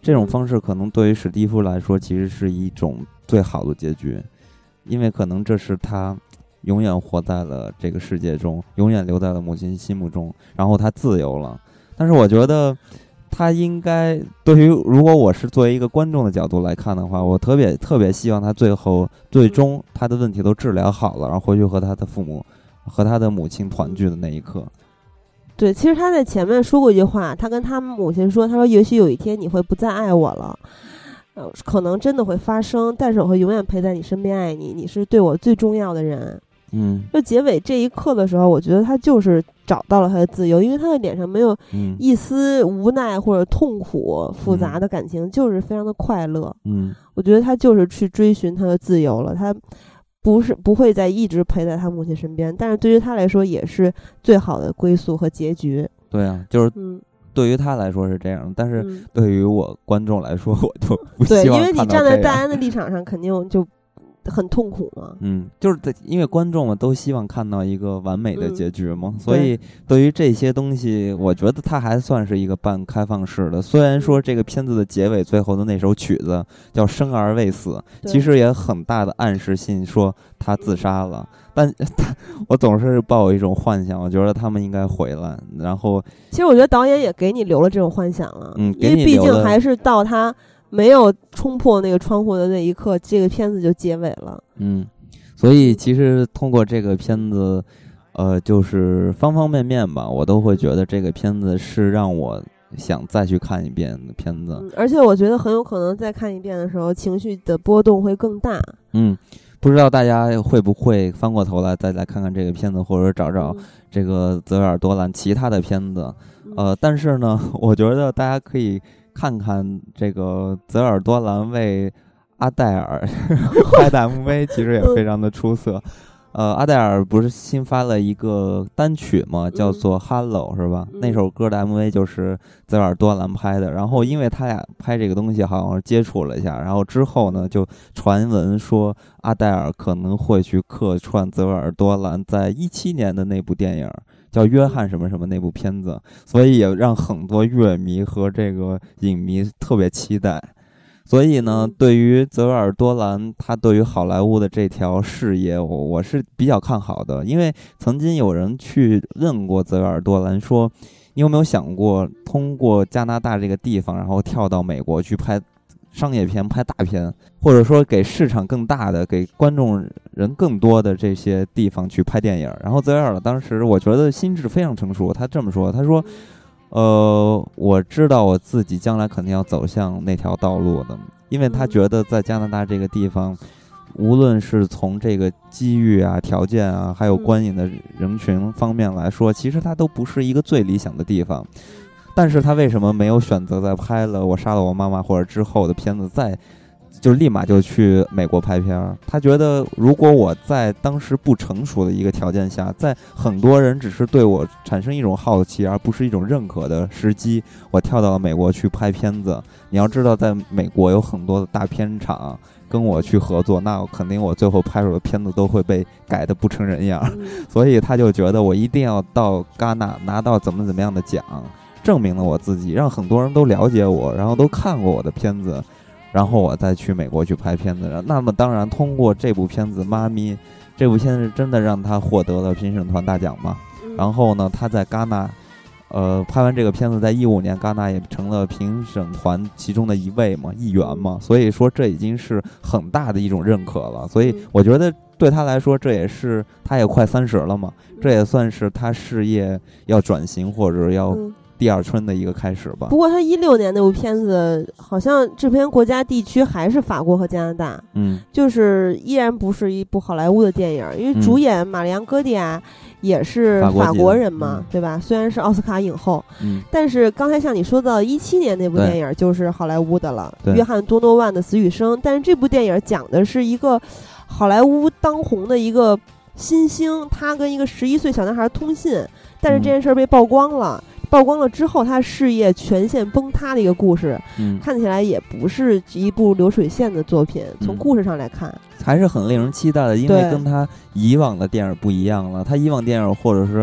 这种方式可能对于史蒂夫来说其实是一种最好的结局，因为可能这是他永远活在了这个世界中，永远留在了母亲心目中，然后他自由了。但是我觉得他应该对于如果我是作为一个观众的角度来看的话，我特别特别希望他最后最终他的问题都治疗好了，然后回去和他的父母和他的母亲团聚的那一刻。 对，其实他在前面说过一句话，他跟他母亲说，他说也许有一天你会不再爱我了，呃，可能真的会发生，但是我会永远陪在你身边爱你，你是对我最重要的人。 嗯， 就结尾这一刻的时候，我觉得他就是找到了他的自由，因为他的脸上没有一丝无奈或者痛苦复杂的感情，嗯、就是非常的快乐。 嗯， 我觉得他就是去追寻他的自由了，他不是不会再一直陪在他母亲身边，但是对于他来说也是最好的归宿和结局。 对啊，就是对于他来说是这样，但是对于我观众来说，我就不希望看到这样。对，因为你站在戴安的立场上，肯定就很痛苦嘛。 嗯，就是因为观众们都希望看到一个完美的结局嘛，嗯、所以对于这些东西，我觉得它还算是一个半开放式的。虽然说这个片子的结尾最后的那首曲子叫《生而未死》，其实也很大的暗示性说他自杀了，但他我总是抱有一种幻想，我觉得他们应该回来。然后， 其实我觉得导演也给你留了这种幻想了， 嗯， 因为毕竟还是到他没有冲破那个窗户的那一刻，这个片子就结尾了。 嗯，所以其实通过这个片子，呃，就是方方面面吧，我都会觉得这个片子是让我想再去看一遍的片子。 嗯、而且我觉得很有可能再看一遍的时候，情绪的波动会更大。 嗯，不知道大家会不会翻过头来再来看看这个片子，或者找找这个泽维尔多兰其他的片子。呃，但是呢，我觉得大家可以看看这个泽尔多兰为阿黛尔拍的 M V， 其实也非常的出色。呃，阿黛尔不是新发了一个单曲嘛，叫做 Hello 是吧？那首歌的 M V 就是泽尔多兰拍的。然后因为他俩拍这个东西好像是接触了一下，然后之后呢就传闻说阿黛尔可能会去客串泽尔多兰在一七年的那部电影叫约翰什么什么那部片子，所以也让很多乐迷和这个影迷特别期待。所以呢，对于泽维尔多兰他对于好莱坞的这条事业，我我是比较看好的。因为曾经有人去问过泽维尔多兰说，你有没有想过通过加拿大这个地方，然后跳到美国去拍商业片、拍大片，或者说给市场更大的、给观众人更多的这些地方去拍电影。然后泽维尔当时我觉得心智非常成熟，他这么说，他说呃，我知道我自己将来肯定要走向那条道路的，因为他觉得在加拿大这个地方，无论是从这个机遇啊、条件啊，还有观影的人群方面来说，其实它都不是一个最理想的地方。但是他为什么没有选择在拍了《我杀了我妈妈》或者之后的片子再就立马就去美国拍片？他觉得如果我在当时不成熟的一个条件下，在很多人只是对我产生一种好奇而不是一种认可的时机，我跳到了美国去拍片子，你要知道在美国有很多的大片厂跟我去合作，那我肯定我最后拍出的片子都会被改得不成人样。所以他就觉得我一定要到戛纳拿到怎么怎么样的奖，证明了我自己，让很多人都了解我，然后都看过我的片子，然后我再去美国去拍片子。那么当然通过这部片子《妈咪》，这部片子真的让他获得了评审团大奖嘛。然后呢他在戛纳呃拍完这个片子，在一五年戛纳也成了评审团其中的一位嘛，一员嘛，所以说这已经是很大的一种认可了。所以我觉得对他来说，这也是他也快三十了嘛，这也算是他事业要转型或者要第二春的一个开始吧。 不过他一六年那部片子好像制片国家地区还是法国和加拿大， 嗯， 就是依然不是一部好莱坞的电影，因为主演玛丽昂戈蒂亚也是法国人嘛， 嗯、 对吧？虽然是奥斯卡影后， 嗯， 但是刚才像你说到一七年那部电影就是好莱坞的了，约翰多诺万的《死与生》，但是这部电影讲的是一个好莱坞当红的一个新星，他跟一个十一岁小男孩通信，但是这件事被曝光了。嗯曝光了之后他事业全线崩塌的一个故事， 嗯， 看起来也不是一部流水线的作品，从故事上来看、 嗯、还是很令人期待的，因为跟他以往的电影不一样了。他以往电影或者是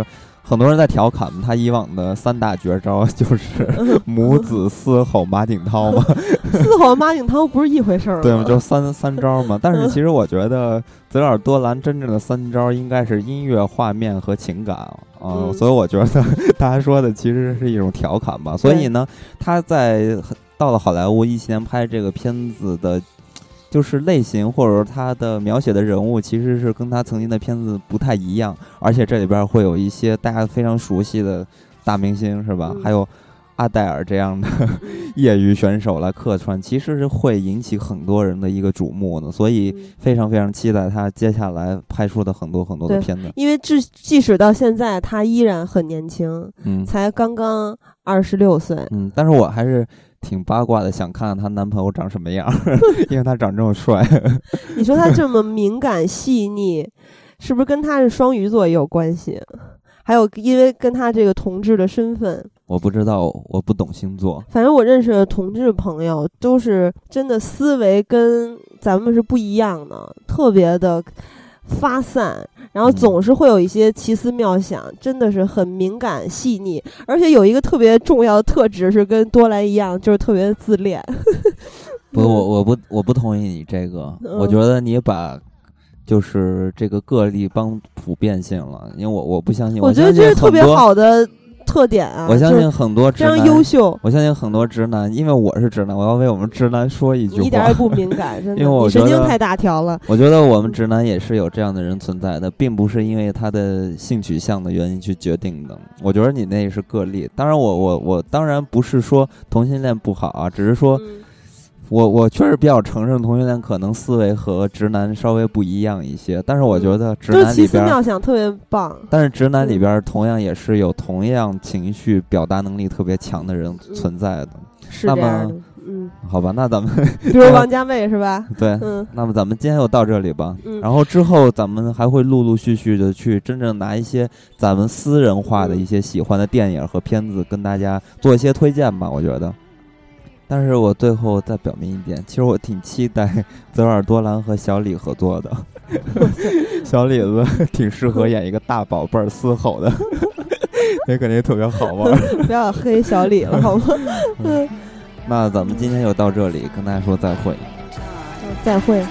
很多人在调侃他以往的三大绝招就是母子嘶吼马景涛嘛， 嘶吼马景涛不是一回事儿， 对吗？就三三招嘛。但是其实我觉得泽尔多兰真正的三招应该是音乐、画面和情感啊、呃嗯，所以我觉得大家说的其实是一种调侃吧。所以呢，他在到了好莱坞一七年拍这个片子的。就是类型或者说他的描写的人物其实是跟他曾经的片子不太一样，而且这里边会有一些大家非常熟悉的大明星是吧、嗯、还有阿黛尔这样的业余选手来客串，其实是会引起很多人的一个瞩目的，所以非常非常期待他接下来拍出的很多很多的片子。 因为即即使到现在他依然很年轻，嗯，才刚刚二十六岁， 嗯，但是我还是挺八卦的，想看看她男朋友长什么样，因为他长这么帅。 你说他这么敏感细腻，是不是跟他是双鱼座也有关系？还有因为跟他这个同志的身份， 我不知道，我不懂星座。 反正我认识的同志朋友都是真的思维跟咱们是不一样的，特别的发散，然后总是会有一些奇思妙想、嗯、真的是很敏感细腻，而且有一个特别重要的特质是跟多兰一样，就是特别自恋。 不，我我不我不同意你这个、嗯、我觉得你把就是这个个例帮普遍性了，因为我我不相信， 我觉得这是特别好的特点啊！ 我相信很多直男非常优秀， 我相信很多直男，因为我是直男，我要为我们直男说一句话， 你一点也不敏感，真的， 因为我你神经太大条了。 我觉得我们直男也是有这样的人存在的，并不是因为他的性取向的原因去决定的。我觉得你那是个例，当然我我我当然不是说同性恋不好啊，只是说。嗯我我确实比较承认同性恋可能思维和直男稍微不一样一些，但是我觉得直男里边、嗯、 奇思妙想特别棒， 但是直男里边同样也是有同样情绪表达能力特别强的人存在的。 嗯、是这样的，嗯， 好吧，那咱们比如王家卫是吧？ 对，嗯，那么咱们今天就到这里吧。嗯，然后之后咱们还会陆陆续续的去真正拿一些咱们私人化的一些喜欢的电影和片子跟大家做一些推荐吧，我觉得。但是我最后再表明一点，其实我挺期待泽尔多兰和小李合作的。小李子挺适合演一个大宝贝儿嘶吼的，那肯定特别好玩。 不要黑小李了好吗？ 嗯，那咱们今天就到这里，跟大家说再会。 嗯，再会。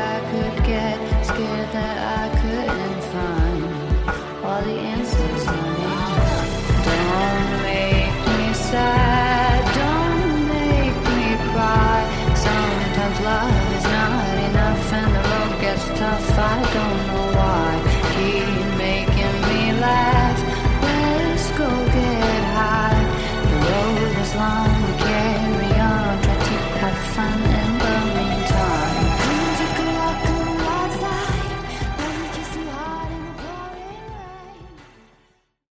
Scared that I couldn't find all the answers.